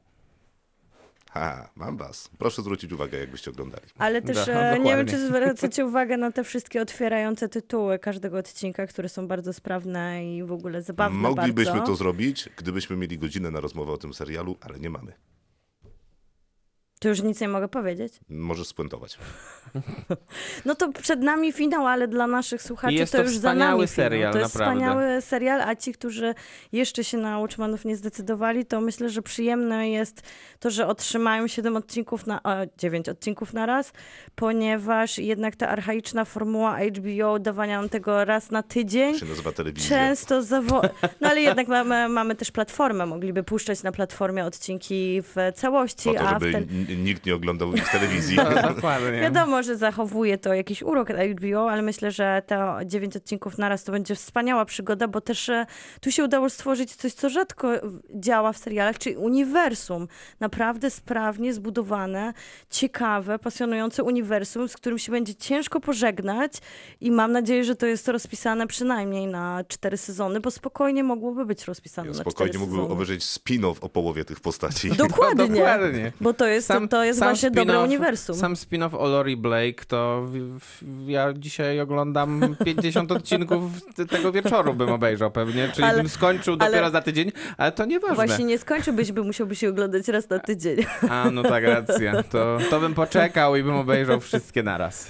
Ha, mam was. Proszę zwrócić uwagę, jakbyście oglądali.
Ale też
Da,
e, nie
dokładnie.
wiem, czy zwracacie uwagę na te wszystkie otwierające tytuły każdego odcinka, które są bardzo sprawne i w ogóle zabawne
Moglibyśmy
bardzo.
to zrobić, gdybyśmy mieli godzinę na rozmowę o tym serialu, ale nie mamy.
Tu już nic nie mogę powiedzieć.
Możesz spuentować.
No to przed nami finał, ale dla naszych słuchaczy
I jest
to
to
już za
wspaniały
nami
serial,
finał. To jest
naprawdę.
wspaniały serial, a ci, którzy jeszcze się na Watchmenów nie zdecydowali, to myślę, że przyjemne jest to, że otrzymają siedem odcinków na, o, dziewięć odcinków na raz, ponieważ jednak ta archaiczna formuła H B O dawania nam tego raz na tydzień
To się nazywa telewizja.
często zawo... No ale jednak mamy, mamy też platformę, mogliby puszczać na platformie odcinki w całości,
Po to,
a
żeby
w ten...
n- nikt nie oglądał ich w telewizji.
No, dokładnie.
Wiadomo, że zachowuje to jakiś urok H B O, ale myślę, że te dziewięć odcinków naraz to będzie wspaniała przygoda, bo też e, tu się udało stworzyć coś, co rzadko w- działa w serialach, czyli uniwersum. Naprawdę sprawnie zbudowane, ciekawe, pasjonujące uniwersum, z którym się będzie ciężko pożegnać i mam nadzieję, że to jest rozpisane przynajmniej na cztery sezony, bo spokojnie mogłoby być rozpisane na
Spokojnie
cztery
mógłbym
sezony.
obejrzeć spin-off o połowie tych postaci.
Dokładnie,
Dokładnie.
bo to jest, to, to jest właśnie dobre
spin-off-
uniwersum.
Sam spin-off o Lori Blake, to w, w, ja dzisiaj oglądam pięćdziesiąt odcinków t- tego wieczoru bym obejrzał pewnie, czyli
Ale-
bym skończył
ale-
dopiero za tydzień, ale to nieważne.
Właśnie nie skończyłbyś, by musiałbyś się oglądać raz na tydzień.
A, no tak, racja. To, to bym poczekał i bym obejrzał wszystkie naraz.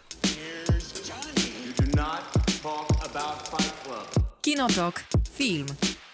Kinotok. Film.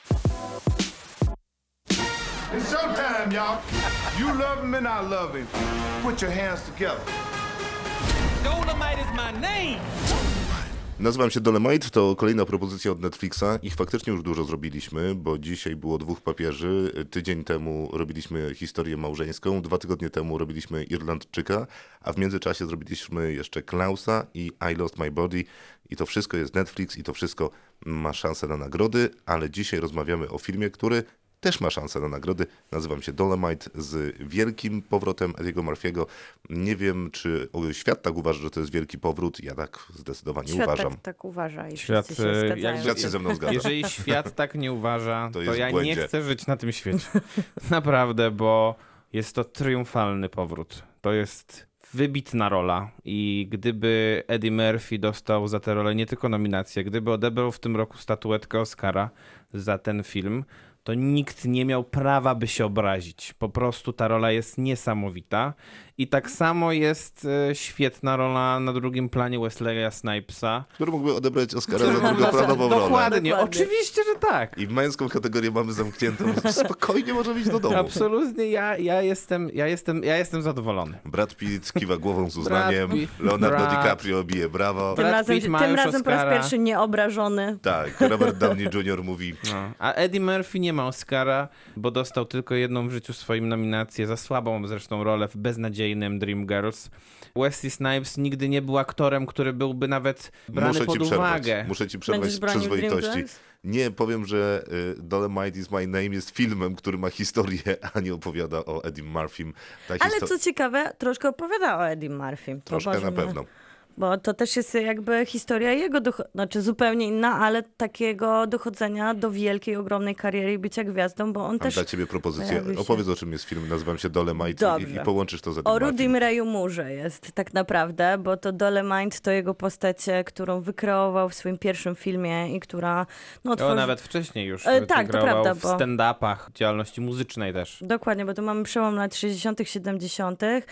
It's showtime, y'all. You love him and I love him. Put your hands together.
Dolomite is my name.
Nazywam się Dolemite, to kolejna propozycja od Netflixa. Ich faktycznie już dużo zrobiliśmy, bo dzisiaj było dwóch papieży, tydzień temu robiliśmy historię małżeńską, dwa tygodnie temu robiliśmy Irlandczyka, a w międzyczasie zrobiliśmy jeszcze Klausa i I Lost My Body i to wszystko jest Netflix i to wszystko ma szansę na nagrody, ale dzisiaj rozmawiamy o filmie, który też ma szansę na nagrody. Nazywam się Dolemite z wielkim powrotem Ediego Murphy'ego. Nie wiem, czy świat tak uważa, że to jest wielki powrót. Ja tak zdecydowanie
Świat
uważam.
tak, tak uważa i
Świat,
wszyscy się
e,
zgadzają.
jakby-
Świat się ze mną zgadza.
Jeżeli świat tak nie uważa,
To
to,
jest w
ja nie
błędzie.
chcę żyć na tym świecie. Naprawdę, bo jest to triumfalny powrót. To jest wybitna rola i gdyby Eddie Murphy dostał za tę rolę nie tylko nominację, gdyby odebrał w tym roku statuetkę Oscara za ten film, to nikt nie miał prawa, by się obrazić. Po prostu ta rola jest niesamowita. I tak samo jest e, świetna rola na drugim planie Wesleya Snipesa.
Który mógłby odebrać Oscara za drugoplanową rolę.
Dokładnie,
Dokładnie.
oczywiście, że tak.
I męską kategorię mamy zamkniętą. Spokojnie może iść do domu.
Absolutnie, ja, ja, jestem, ja, jestem, ja jestem zadowolony.
Brad Pitt kiwa głową z uznaniem.
Brad Pitt.
Leonardo
Brad.
DiCaprio bije brawo.
Tym
Brad
razem,
Pitt ma
tym
już
razem po raz
Oscara.
pierwszy nieobrażony.
Tak, Robert Downey junior mówi...
No. A Eddie Murphy nie ma Oscara, bo dostał tylko jedną w życiu swoim nominację, za słabą zresztą rolę w beznadziejnym Dreamgirls. Wesley Snipes nigdy nie był aktorem, który byłby nawet brany
Muszę ci
pod
przerwać.
uwagę.
Muszę ci przerwać
Będziesz
z
bronił
przyzwoitości.
Dreamgirls?
Nie, powiem, że y, Dolemite is my name jest filmem, który ma historię, a nie opowiada o Eddie Murphym. Ta
Ale
histo-
co ciekawe, troszkę opowiada o Eddie Murphy. To
Troszkę na
możemy-
pewno.
Bo to też jest jakby historia jego, doch- znaczy zupełnie inna, ale takiego dochodzenia do wielkiej, ogromnej kariery i bycia gwiazdą, bo on
Mam
też...
dla ciebie propozycję.
pojawił się.
Opowiedz, o czym jest film. Nazywam się Dolemite i, i
Dobrze.
połączysz to z Eddie
O
Murphym.
Rudim Rayu Moorze jest tak naprawdę, bo to Dolemite to jego postać, e, którą wykreował w swoim pierwszym filmie i która... No,
O,
tworzy...
nawet wcześniej już
E, tak, to
grał
prawda,
w
bo-
stand-upach, działalności muzycznej też.
Dokładnie, bo tu mamy przełom lat sześćdziesiątych, siedemdziesiątych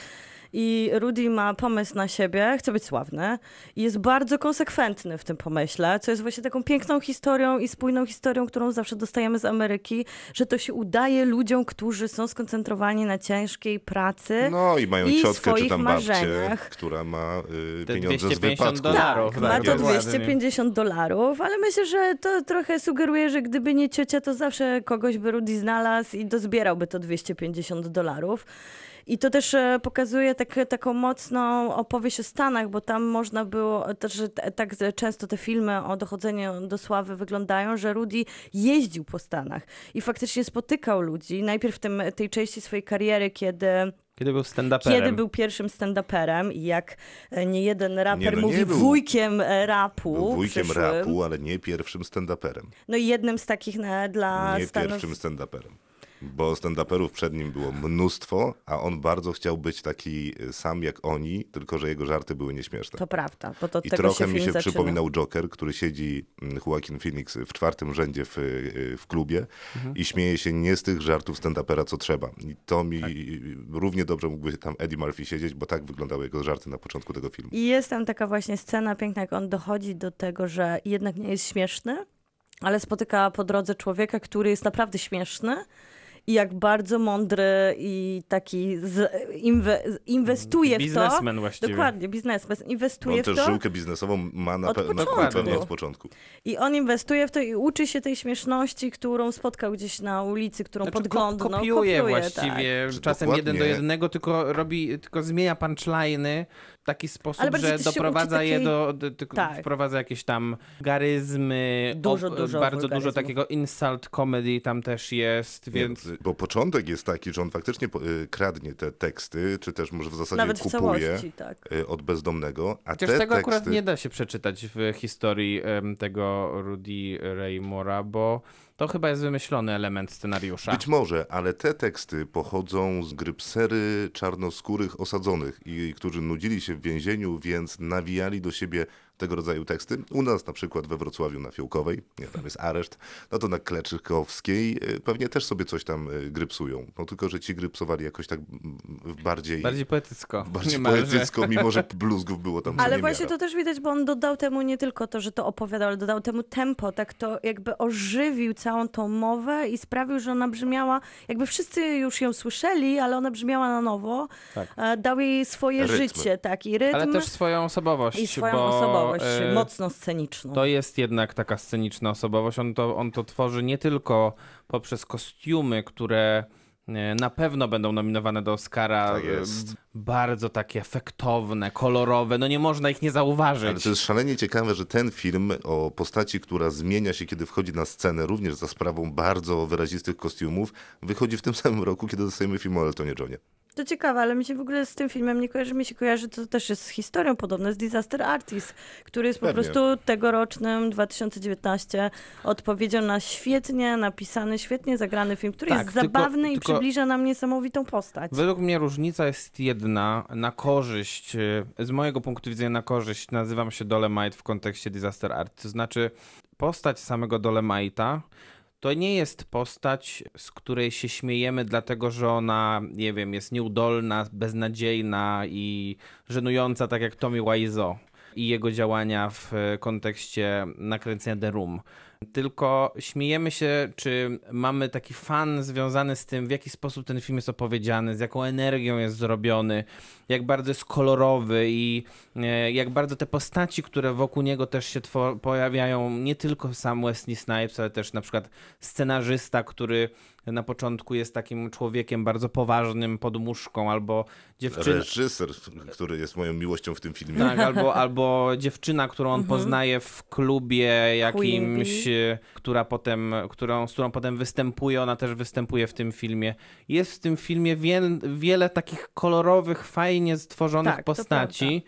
i Rudy ma pomysł na siebie, chce być sławny i jest bardzo konsekwentny w tym pomyśle, co jest właśnie taką piękną historią i spójną historią, którą zawsze dostajemy z Ameryki, że to się udaje ludziom, którzy są skoncentrowani na ciężkiej pracy.
No i mają
i
ciotkę czy
swoich
tam babcię,
marzeniach.
która ma y,
Te
pieniądze z
dwieście pięćdziesiąt
wypadku.
dolarów.
Tak, ma to
dokładnie.
dwieście pięćdziesiąt dolarów, ale myślę, że to trochę sugeruje, że gdyby nie ciocia, to zawsze kogoś by Rudy znalazł i dozbierałby to dwieście pięćdziesiąt dolarów. I to też e, pokazuje tak, taką mocną opowieść o Stanach, bo tam można było, też że t- tak często te filmy o dochodzeniu do sławy wyglądają, że Rudy jeździł po Stanach i faktycznie spotykał ludzi. Najpierw w tym, tej części swojej kariery, kiedy...
Kiedy był stand-uperem.
Kiedy był pierwszym stand-uperem i jak e, nie jeden raper
Nie, no nie
mówi
był-
wujkiem e, rapu
Był wujkiem
przyszłym.
rapu, ale nie pierwszym stand-uperem.
No i jednym z takich na, dla
Nie
Stanów...
pierwszym stand-uperem. Bo stand-uperów przed nim było mnóstwo, a on bardzo chciał być taki sam jak oni, tylko że jego żarty były nieśmieszne.
To prawda, bo to od
I
tego
trochę
się
mi
film
się
zaczyna.
przypominał Joker, który siedzi, mm, Joaquin Phoenix, w czwartym rzędzie w, w klubie
Mhm.
i śmieje się nie z tych żartów stand-upera, co trzeba. I to mi
Tak.
równie dobrze mógłby tam Eddie Murphy siedzieć, bo tak wyglądały jego żarty na początku tego filmu.
I jest tam taka właśnie scena piękna, jak on dochodzi do tego, że jednak nie jest śmieszny, ale spotyka po drodze człowieka, który jest naprawdę śmieszny i jak bardzo mądry i taki z, inwe, inwestuje w to.
Biznesmen właściwie.
Dokładnie, biznesmen.
Bo
Inwestuje
on
w
też
to.
żyłkę biznesową ma na,
Od
pe- na
początku.
pewno od początku.
I on inwestuje w to i uczy się tej śmieszności, którą spotkał gdzieś na ulicy, którą
Znaczy,
podglądnął.
ko- kopiuje,
kopiuje
właściwie,
tak.
czasem
Dokładnie.
jeden do jednego, tylko robi, tylko zmienia punchline'y w taki sposób,
Ale bardziej
że
też się
doprowadza
uczy
je
takiej-
do, do, do
Tak.
wprowadza jakieś tam garyzmy,
Dużo, dużo
bardzo dużo
wulgaryzmu.
takiego insult comedy tam też jest, więc...
Więc, bo początek jest taki, że on faktycznie po- y, kradnie te teksty, czy też może w zasadzie
Nawet w
kupuje
całości, tak.
y, od bezdomnego, a
Chociaż
te
tego
teksty...
akurat nie da się przeczytać w historii em, tego Rudy Ray Moore'a, bo to chyba jest wymyślony element scenariusza.
Być może, ale te teksty pochodzą z grypsery czarnoskórych osadzonych, i którzy nudzili się w więzieniu, więc nawijali do siebie tego rodzaju teksty. U nas na przykład we Wrocławiu na Fiołkowej, nie, tam jest areszt, no to na Kleczykowskiej y, pewnie też sobie coś tam y, grypsują. No tylko, że ci grypsowali jakoś tak mm, bardziej,
Bardziej poetycko.
bardziej
niemalże.
poetycko, mimo że bluzgów było tam co
Ale
nie
właśnie
miara.
to też widać, bo on dodał temu nie tylko to, że to opowiadał, ale dodał temu tempo, tak to jakby ożywił całą tą mowę i sprawił, że ona brzmiała, jakby wszyscy już ją słyszeli, ale ona brzmiała na nowo.
Tak.
E, Dał jej swoje
Rytmy.
życie, tak, i rytm,
Ale też swoją osobowość.
i swoją
bo,
osobowość,
e,
mocno sceniczną.
To jest jednak taka sceniczna osobowość. On to, on to tworzy nie tylko poprzez kostiumy, które e, na pewno będą nominowane do Oscara.
Tak jest.
e, Bardzo takie efektowne, kolorowe. No nie można ich nie zauważyć.
Ale to jest szalenie ciekawe, że ten film o postaci, która zmienia się, kiedy wchodzi na scenę, również za sprawą bardzo wyrazistych kostiumów, wychodzi w tym samym roku, kiedy dostajemy film o Eltonie Johnie.
To ciekawe, ale mi się w ogóle z tym filmem nie kojarzy, mi się kojarzy, to też jest z historią podobne, z Disaster Artist, który jest po
Pewnie.
prostu tegorocznym dwa tysiące dziewiętnastym odpowiedzią na świetnie napisany, świetnie zagrany film, który
Tak,
jest
tylko-
zabawny i
tylko-
przybliża nam niesamowitą postać.
Według mnie różnica jest jedna, na korzyść, e, z mojego punktu widzenia na korzyść, nazywam się Dolemite w kontekście Disaster Art. To znaczy postać samego Dolemite'a to nie jest postać, z której się śmiejemy dlatego, że ona, nie wiem, jest nieudolna, beznadziejna i żenująca, tak jak Tommy Wiseau i jego działania w kontekście nakręcenia The Room. Tylko śmiejemy się, czy mamy taki fan związany z tym, w jaki sposób ten film jest opowiedziany, z jaką energią jest zrobiony, jak bardzo jest kolorowy i e, jak bardzo te postaci, które wokół niego też się two- pojawiają, nie tylko sam Wesley Snipes, ale też na przykład scenarzysta, który na początku jest takim człowiekiem bardzo poważnym pod muszką, albo dziewczyna...
Reżyser, który jest moją miłością w tym filmie.
Tak, albo, albo dziewczyna, którą on poznaje w klubie jakimś, e, która potem, którą, z którą potem występuje, ona też występuje w tym filmie. Jest w tym filmie wie, wiele takich kolorowych, fajnie stworzonych
Tak, to
postaci.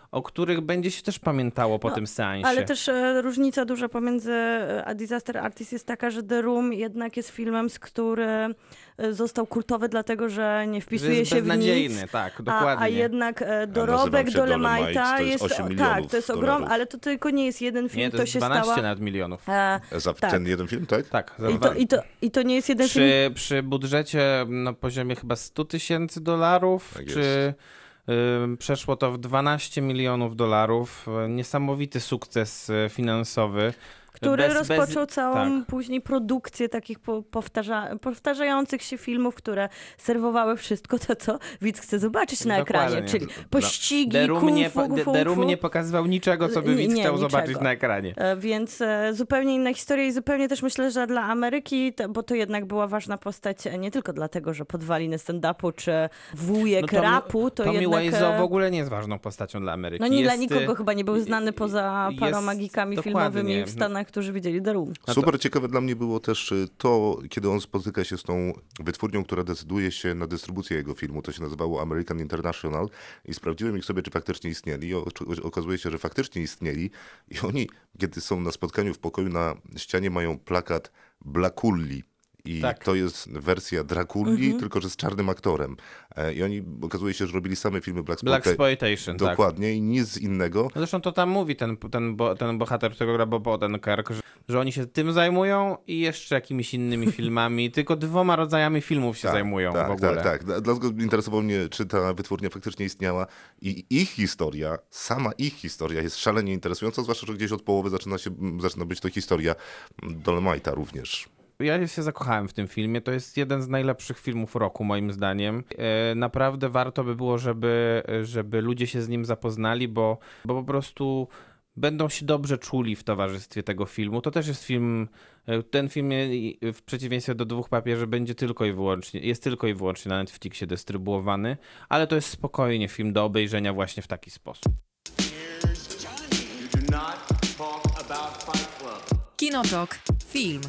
o których będzie się też pamiętało po
No,
tym seansie.
Ale też e, różnica duża pomiędzy e, A Disaster Artist jest taka, że The Room jednak jest filmem, z który e, został kultowy, dlatego, że nie wpisuje
że jest
się w
beznadziejny,
nic.
tak,
A,
dokładnie.
a jednak e,
nazywam
dorobek
się Dolemite,
Dolemite'a
to jest
jest...
osiem
tak,
milionów
to jest ogrom,
dolarów.
ale to tylko nie jest jeden film,
Nie, to, jest
się
dwanaście
stała...
nawet milionów.
E,
Za
tak.
ten jeden film, tak?
Tak. za
I,
dwa-
to, i, to, I to nie jest jeden film...
Przy, przy budżecie na poziomie chyba sto tysięcy dolarów,
Tak
czy y, przeszło to w dwanaście milionów dolarów. Niesamowity sukces y, finansowy.
który
Bez-
rozpoczął
bez-
całą
tak.
później produkcję takich po, powtarza, powtarzających się filmów, które serwowały wszystko to, co widz chce zobaczyć na
Dokładnie.
ekranie, czyli pościgi,
The Room
kung
nie,
fu,
po-
kung fu,
The Room
kung fu.
nie pokazywał niczego, co by
Nie,
widz
nie,
chciał
niczego.
zobaczyć na ekranie.
E, Więc e, zupełnie inna historia i zupełnie też myślę, że dla Ameryki, to, bo to jednak była ważna postać e, nie tylko dlatego, że podwaliny stand-upu czy wujek
Tommy-
rapu, to
Tommy
jednak...
Wiseau
e,
w ogóle nie jest ważną postacią dla Ameryki.
No nie dla
Jest,
nikogo
y,
chyba nie był znany poza
jest-
paroma geekami filmowymi
dokładnie.
w Stanach, którzy widzieli The Room.
Super ciekawe dla mnie było też y, to, kiedy on spotyka się z tą wytwórnią, która decyduje się na dystrybucję jego filmu. To się nazywało American International i sprawdziłem ich sobie, czy faktycznie istnieli. I o- okazuje się, że faktycznie istnieli i oni, kiedy są na spotkaniu w pokoju, na ścianie mają plakat Blackulli. I
Tak.
to jest wersja Draculli,
Mhm.
tylko że z czarnym aktorem. E, I oni, okazuje się, że robili same filmy Black,
Black Exploitation, tak.
Dokładnie, i nic innego.
No zresztą to tam mówi ten, ten, bo, ten bohater, którego gra Bob Odenkirk, że, że oni się tym zajmują i jeszcze jakimiś innymi filmami, tylko dwoma rodzajami filmów się zajmują
tak,
w ogóle.
Tak, tak. Dla- Dlatego interesowało mnie, czy ta wytwórnia faktycznie istniała i ich historia, sama ich historia jest szalenie interesująca, zwłaszcza, że gdzieś od połowy zaczyna, się, zaczyna być to historia Dolemite'a również.
Ja się zakochałem w tym filmie. To jest jeden z najlepszych filmów roku, moim zdaniem. E, Naprawdę warto by było, żeby, żeby ludzie się z nim zapoznali, bo, bo po prostu będą się dobrze czuli w towarzystwie tego filmu. To też jest film, e, ten film je- w przeciwieństwie do Dwóch papieży będzie tylko i wyłącznie, jest tylko i wyłącznie na Netflixie dystrybuowany, ale to jest spokojnie film do obejrzenia właśnie w taki sposób.
Kinotok. Film.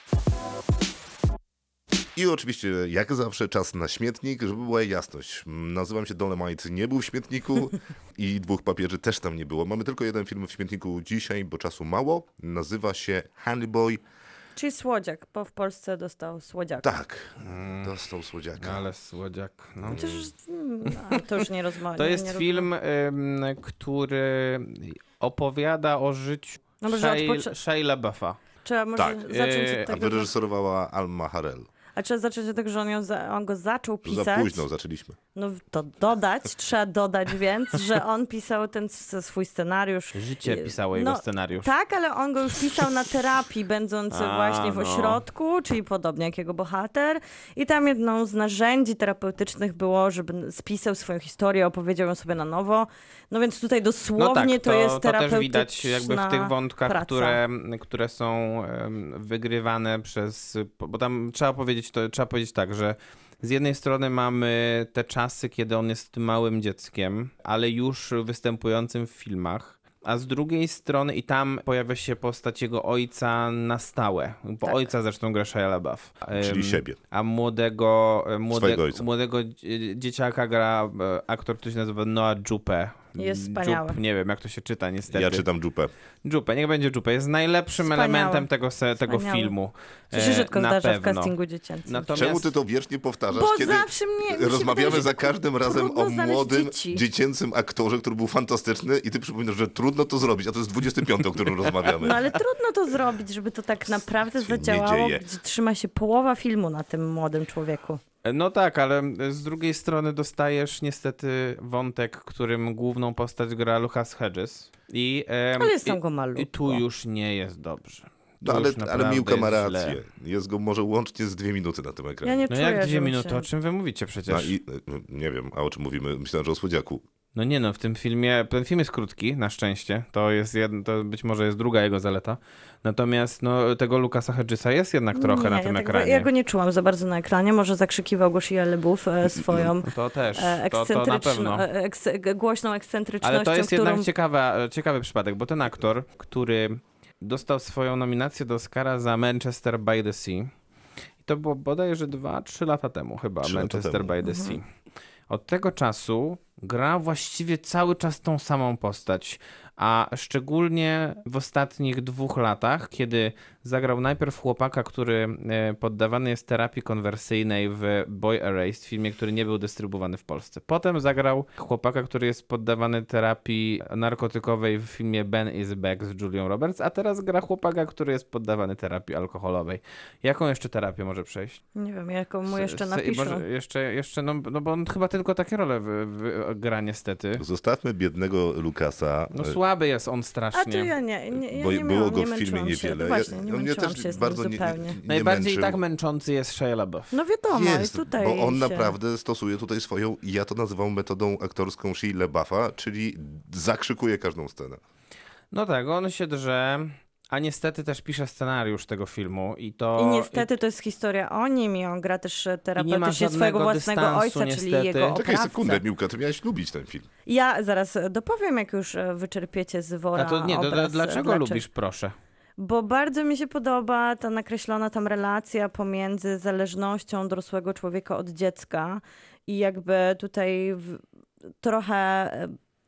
I oczywiście, jak zawsze, czas na śmietnik, żeby była jasność. Nazywam się Dolemite, nie był w śmietniku i Dwóch papieży też tam nie było. Mamy tylko jeden film w śmietniku dzisiaj, bo czasu mało. Nazywa się Honey Boy.
Czyli Słodziak, bo w Polsce dostał Słodziaka.
Tak, dostał słodziaka.
Ale słodziak, no.
Chociaż mm, no, to już nie rozmawiam.
To jest film, ym, który opowiada o życiu
No może
Shia-
odpoczę-
Shia LaBeouf'a.
Trzeba może
Tak.
zacząć
Yy,
od
A
tego, że...
wyreżyserowała Alma Harrell.
A trzeba zacząć od tego, że on, ją za... on go zaczął
Za
pisać.
późno zaczęliśmy.
No to dodać, trzeba dodać więc, że on pisał ten s- swój scenariusz.
Życie
Yy,
pisało jego
no,
scenariusz.
Tak, ale on go już pisał na terapii, będąc
A,
właśnie w
no.
ośrodku, czyli podobnie jak jego bohater. I tam jedną z narzędzi terapeutycznych było, żeby spisał swoją historię, opowiedział ją sobie na nowo. No więc tutaj dosłownie
No tak,
to,
to,
jest
to
terapeutyczna
też widać jakby w tych wątkach,
praca.
które, które są em, wygrywane przez... Bo tam trzeba powiedzieć, to, trzeba powiedzieć tak, że z jednej strony mamy te czasy, kiedy on jest małym dzieckiem, ale już występującym w filmach. A z drugiej strony i tam pojawia się postać jego ojca na stałe. Bo
Tak.
ojca zresztą gra Shia LaBeouf.
Czyli
Em,
siebie.
A młodego, młode,
Swojego ojca.
młodego dzie- dzieciaka gra e, aktor, który się nazywa Noah Jupe.
Jest wspaniały.
Jup, nie wiem jak to się czyta niestety.
Ja czytam Dżupę.
Jupe, niech będzie Jupe. Jest najlepszym
Wspaniały.
elementem tego, se, tego
Wspaniały.
filmu.
To się
E,
rzadko
na
zdarza w
pewno.
castingu dziecięcym.
Natomiast...
Czemu ty to wiecznie powtarzasz,
Bo
kiedy
zawsze mnie, mi się
rozmawiamy
wydaje, że
za każdym razem
trudno
o
znaleźć
młodym,
dzieci.
dziecięcym aktorze, który był fantastyczny i ty przypominasz, że trudno to zrobić, a to jest dwudziesty piąty, o którym rozmawiamy.
No ale trudno to zrobić, żeby to tak naprawdę
się nie
zadziałało,
dzieje.
gdzie trzyma się połowa filmu na tym młodym człowieku.
No tak, ale z drugiej strony dostajesz niestety wątek, którym główną postać gra Lucas Hedges. I, em,
Ale jest
i,
tam go malutko.
I tu już nie jest dobrze. Tu
No, ale,
już
ale
naprawdę
Miłka ma
jest źle.
rację. Jest go może łącznie z dwie minuty na tym ekranie.
Ja nie
No
czuję,
jak dwie
żeby
minuty?
się...
O czym wy mówicie przecież?
No i y, nie wiem, a o czym mówimy? Myślałem, że o Słodziaku.
No nie no, w tym filmie, ten film jest krótki, na szczęście, to jest jedno, to być może jest druga jego zaleta, natomiast no tego Lucasa Hedgesa jest jednak trochę
nie,
na tym
ja tego-
ekranie.
Ja go nie czułam za bardzo na ekranie, może zakrzykiwał go Shia LaBeouf e, swoją
No to też,
e,
to, to na
ekscentryczną,
pewno.
e, eks, głośną ekscentrycznością,
Ale to jest
którą...
jednak ciekawa, ciekawy przypadek, bo ten aktor, który dostał swoją nominację do Oscara za Manchester by the Sea, i to było bodajże dwa trzy lata temu chyba,
Trzy lata
Manchester
temu.
by the Sea. Od tego czasu gra właściwie cały czas tą samą postać, a szczególnie w ostatnich dwóch latach, kiedy zagrał najpierw chłopaka, który poddawany jest terapii konwersyjnej w Boy Erased, filmie, który nie był dystrybuowany w Polsce. Potem zagrał chłopaka, który jest poddawany terapii narkotykowej w filmie Ben is Back z Julią Roberts, a teraz gra chłopaka, który jest poddawany terapii alkoholowej. Jaką jeszcze terapię może przejść?
Nie wiem, jaką mu jeszcze
S-
napiszą.
Może jeszcze, jeszcze no, no bo on chyba tylko takie role w, w, gra niestety.
Zostawmy biednego Lukasa.
No słaby jest on strasznie.
A to ja nie, nie, ja
Bo
nie
było
miałam,
go
nie
w filmie
męczyłam się.
niewiele.
Właśnie, nie
Ja- mnie
męczyłam
też
się z nim
bardzo nie-
zupełnie.
nie
Najbardziej
męczył.
tak męczący jest Shia LaBeouf.
No wiadomo,
Jest,
i tutaj
bo on
się...
naprawdę stosuje tutaj swoją, ja to nazywam metodą aktorską Shia LaBeoufa, czyli zakrzykuje każdą scenę.
No tak, on się drze, a niestety też pisze scenariusz tego filmu i to...
I niestety to jest historia o nim i on gra też terapeutycznie
żadnego
swojego własnego
dystansu,
ojca,
niestety.
czyli jego
Czekaj
Czekaj
oprawcę.
sekundę, Miłka, ty miałeś lubić ten film.
Ja zaraz dopowiem, jak już e, wyczerpiecie z wora
A to nie, to,
obraz.
dlaczego lubisz, proszę?
Bo bardzo mi się podoba ta nakreślona tam relacja pomiędzy zależnością dorosłego człowieka od dziecka i jakby tutaj w, trochę e,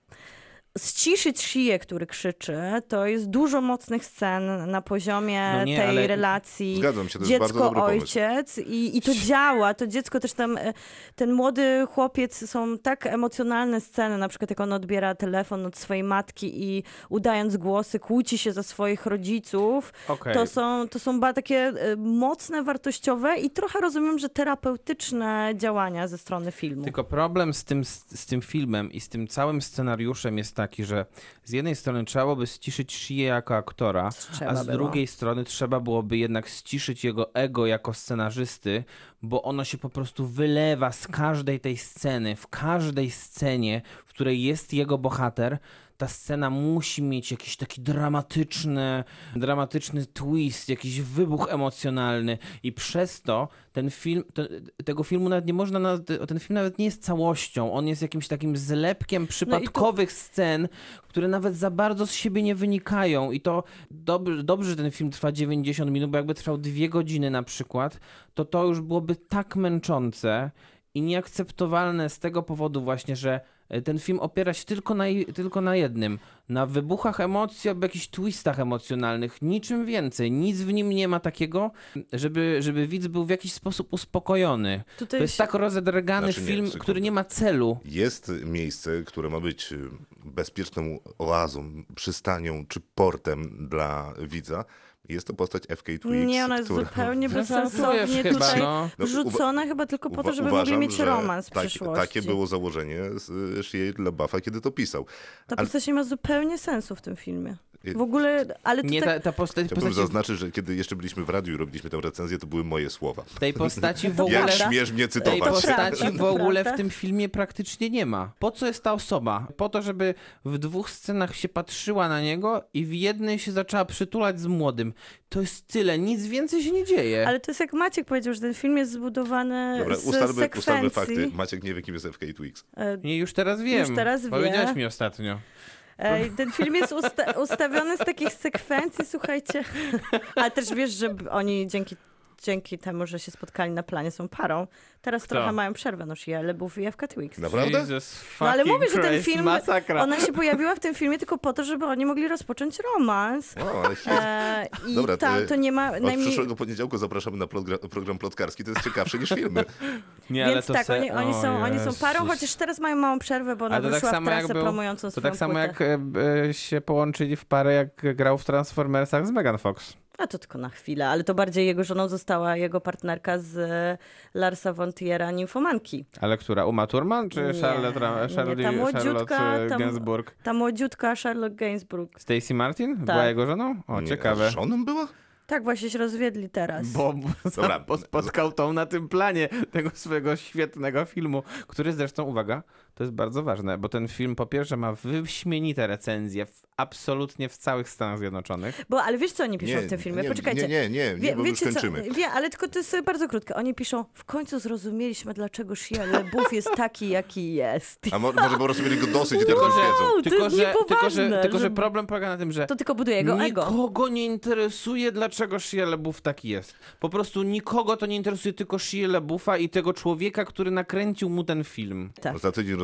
ściszyć Shię, który krzyczy. To jest dużo mocnych scen na poziomie
No nie,
tej
ale-
relacji
Zgadzam się, to jest bardzo dobry pomysł.
dziecko-ojciec i, i to działa. To dziecko też tam, e, ten młody chłopiec, są tak emocjonalne sceny, na przykład jak on odbiera telefon od swojej matki i udając głosy kłóci się za swoich rodziców.
Okej.
To są, to są ba takie e, mocne, wartościowe i trochę rozumiem, że terapeutyczne działania ze strony filmu.
Tylko problem z tym, z, z tym filmem i z tym całym scenariuszem jest taki, że z jednej strony trzeba byłoby ściszyć Shię jako aktora,
Trzeba
a z
było.
drugiej strony trzeba byłoby jednak ściszyć jego ego jako scenarzysty, bo ono się po prostu wylewa z każdej tej sceny, w każdej scenie, w której jest jego bohater. Ta scena musi mieć jakiś taki dramatyczny, dramatyczny twist, jakiś wybuch emocjonalny i przez to ten film, te, tego filmu nawet nie można, na, ten film nawet nie jest całością, on jest jakimś takim zlepkiem przypadkowych scen, które nawet za bardzo z siebie nie wynikają i to dobrze, dobrze, że ten film trwa dziewięćdziesiąt minut, bo jakby trwał dwie godziny na przykład, to to już byłoby tak męczące i nieakceptowalne z tego powodu właśnie, że ten film opiera się tylko na, tylko na jednym. Na wybuchach emocji albo jakichś twistach emocjonalnych. Niczym więcej. Nic w nim nie ma takiego, żeby, żeby widz był w jakiś sposób uspokojony.
Tutaj
To jest
się-
tak rozedrgany
Znaczy nie,
film,
sekundę.
który nie ma celu.
Jest miejsce, które ma być bezpieczną oazą, przystanią czy portem dla widza. Jest to postać F K Twigs,
Nie, ona jest
która...
zupełnie
Żartujesz
bezsensownie
chyba,
tutaj
no.
No,
wrzucona chyba tylko po to,
Uwa-
żeby
uważam,
mogli mieć
że
romans w
tak,
przyszłości.
Takie było założenie z Shia LaBeoufa, kiedy to pisał.
Ta
Ale-
postać nie ma zupełnie sensu w tym filmie. W ogóle, ale to
Nie,
tak...
ta, ta postać,
Chciałbym
postaci,
zaznaczyć, że kiedy jeszcze byliśmy w radiu i robiliśmy tę recenzję, to były moje słowa.
tej postaci w
To
ogóle...
Jak
prawda.
śmiesz mnie
Tej
cytować.
To
postaci
prawda,
w
to
ogóle
prawda.
w tym filmie praktycznie nie ma. Po co jest ta osoba? Po to, żeby w dwóch scenach się patrzyła na niego i w jednej się zaczęła przytulać z młodym. To jest tyle, nic więcej się nie dzieje.
Ale to jest jak Maciek powiedział, że ten film jest zbudowany
Dobra,
z
ustalmy, ustalmy
sekwencji.
fakty. Maciek nie wie, kim jest F K Twigs.
E,
Nie, już teraz wiem.
Już teraz wie.
Powiedziałeś mi ostatnio.
e, Ten film jest usta ustawiony z takich sekwencji, słuchajcie. Ale też wiesz, że b- oni dzięki, dzięki temu, że się spotkali na planie, są parą. Teraz
Kto?
trochę mają przerwę, no Shia LaBeouf i F K Twigs.
Naprawdę?
Jesus
No ale
fucking
mówię, że ten
Christ,
film,
masakra.
ona się pojawiła w tym filmie tylko po to, żeby oni mogli rozpocząć romans.
O, ale hit.
E, I
Dobra,
tam
ty-
to nie ma
Od
najmniej...
przyszłego poniedziałku zapraszamy na program, program plotkarski. To jest ciekawsze niż filmy.
Nie, ale
Więc
to
tak,
se...
oni, oni,
o
są, oni są parą,
Jezus.
chociaż teraz mają małą przerwę, bo ona
Ale to tak
wyszła
samo
w
jak
trasę
był-
promującą
To
swoją
tak samo
płytę.
jak e, e, się połączyli w parę, jak grał w Transformersach z Megan Fox.
A to tylko na chwilę, ale to bardziej jego żoną została jego partnerka z e, Larsa von Triera, Nimfomanki.
Ale która? Uma Thurman czy
Nie,
Charlotte, Ra-
nie,
Charlotte,
ta młodziutka,
Charlotte
tam-
Gainsbourg?
Ta młodziutka Charlotte Gainsbourg.
Stacy Martin? Była
Tak.
jego żoną? O,
Nie,
ciekawe.
a Żoną była?
Tak, właśnie się rozwiedli teraz.
Bo
Dobra.
Dobra. spotkał tą na tym planie tego swojego świetnego filmu, który zresztą, uwaga, to jest bardzo ważne, bo ten film po pierwsze ma wyśmienite recenzje w, absolutnie w całych Stanach Zjednoczonych.
Bo, ale wiesz, co oni piszą
Nie,
w tym filmie?
nie,
Poczekajcie.
nie, nie, nie, nie, bo już
wiecie
kończymy.
Co? Wie, ale tylko to jest bardzo krótkie. Oni piszą, w końcu zrozumieliśmy, dlaczego Shia LaBeouf jest taki, jaki jest.
A mo może po prostu mieli go dosyć i teraz
Wow,
już wiedzą.
to
Tylko
jest
że, tylko, że,
niepoważne,
tylko, że
że-
problem polega na tym, że
To tylko buduje jego ego.
nikogo nie interesuje, dlaczego Shia LaBeouf taki jest. Po prostu nikogo to nie interesuje, tylko Shia LaBeouf'a i tego człowieka, który nakręcił mu ten film.
Tak.
Za tydzień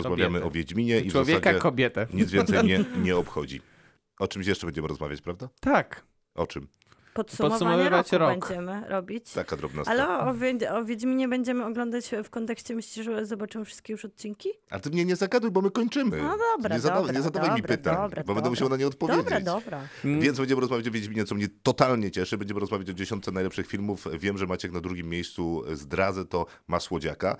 rozmawiamy
Kobietę.
o Wiedźminie i w
Człowieka,
zasadzie
kobietę.
nic więcej mnie nie obchodzi. O czymś jeszcze będziemy rozmawiać, prawda?
Tak.
O czym?
Podsumowanie
Podsumowywać
roku
rok.
będziemy robić.
Taka drobna
Ale
sprawa.
o, Wiedź- o Wiedźminie będziemy oglądać w kontekście, myślisz, że zobaczymy wszystkie już odcinki?
A ty mnie nie zagaduj, bo my kończymy.
No dobra,
nie, zada-
dobra,
nie zadawaj mi
dobra,
pytań,
dobra,
bo będę
dobra.
musiał na nie odpowiedzieć.
Dobra, dobra.
Więc będziemy rozmawiać o Wiedźminie, co mnie totalnie cieszy. Będziemy rozmawiać o dziesiątce najlepszych filmów. Wiem, że Maciek na drugim miejscu, zdradzę to, ma Słodziaka.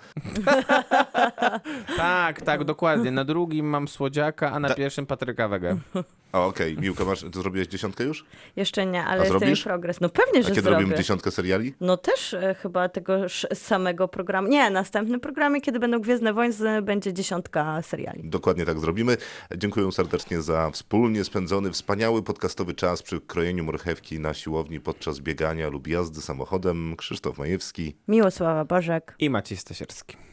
Tak, tak, dokładnie. Na drugim mam Słodziaka, a na
Da-
pierwszym Patryka Wegę.
A okej, Miłka, masz, ty zrobiłeś dziesiątkę już?
Jeszcze nie, ale
A
jestem
zrobisz?
w progres. No pewnie,
A
że
kiedy
zrobię.
robimy dziesiątkę seriali?
No też e, chyba tegoż samego programu. Nie, następnym programie, kiedy będą Gwiezdne Wojny, będzie dziesiątka seriali.
Dokładnie tak zrobimy. Dziękuję serdecznie za wspólnie spędzony, wspaniały podcastowy czas przy krojeniu marchewki na siłowni podczas biegania lub jazdy samochodem. Krzysztof Majewski.
Miłosława Bożek.
I Maciej Stasierski.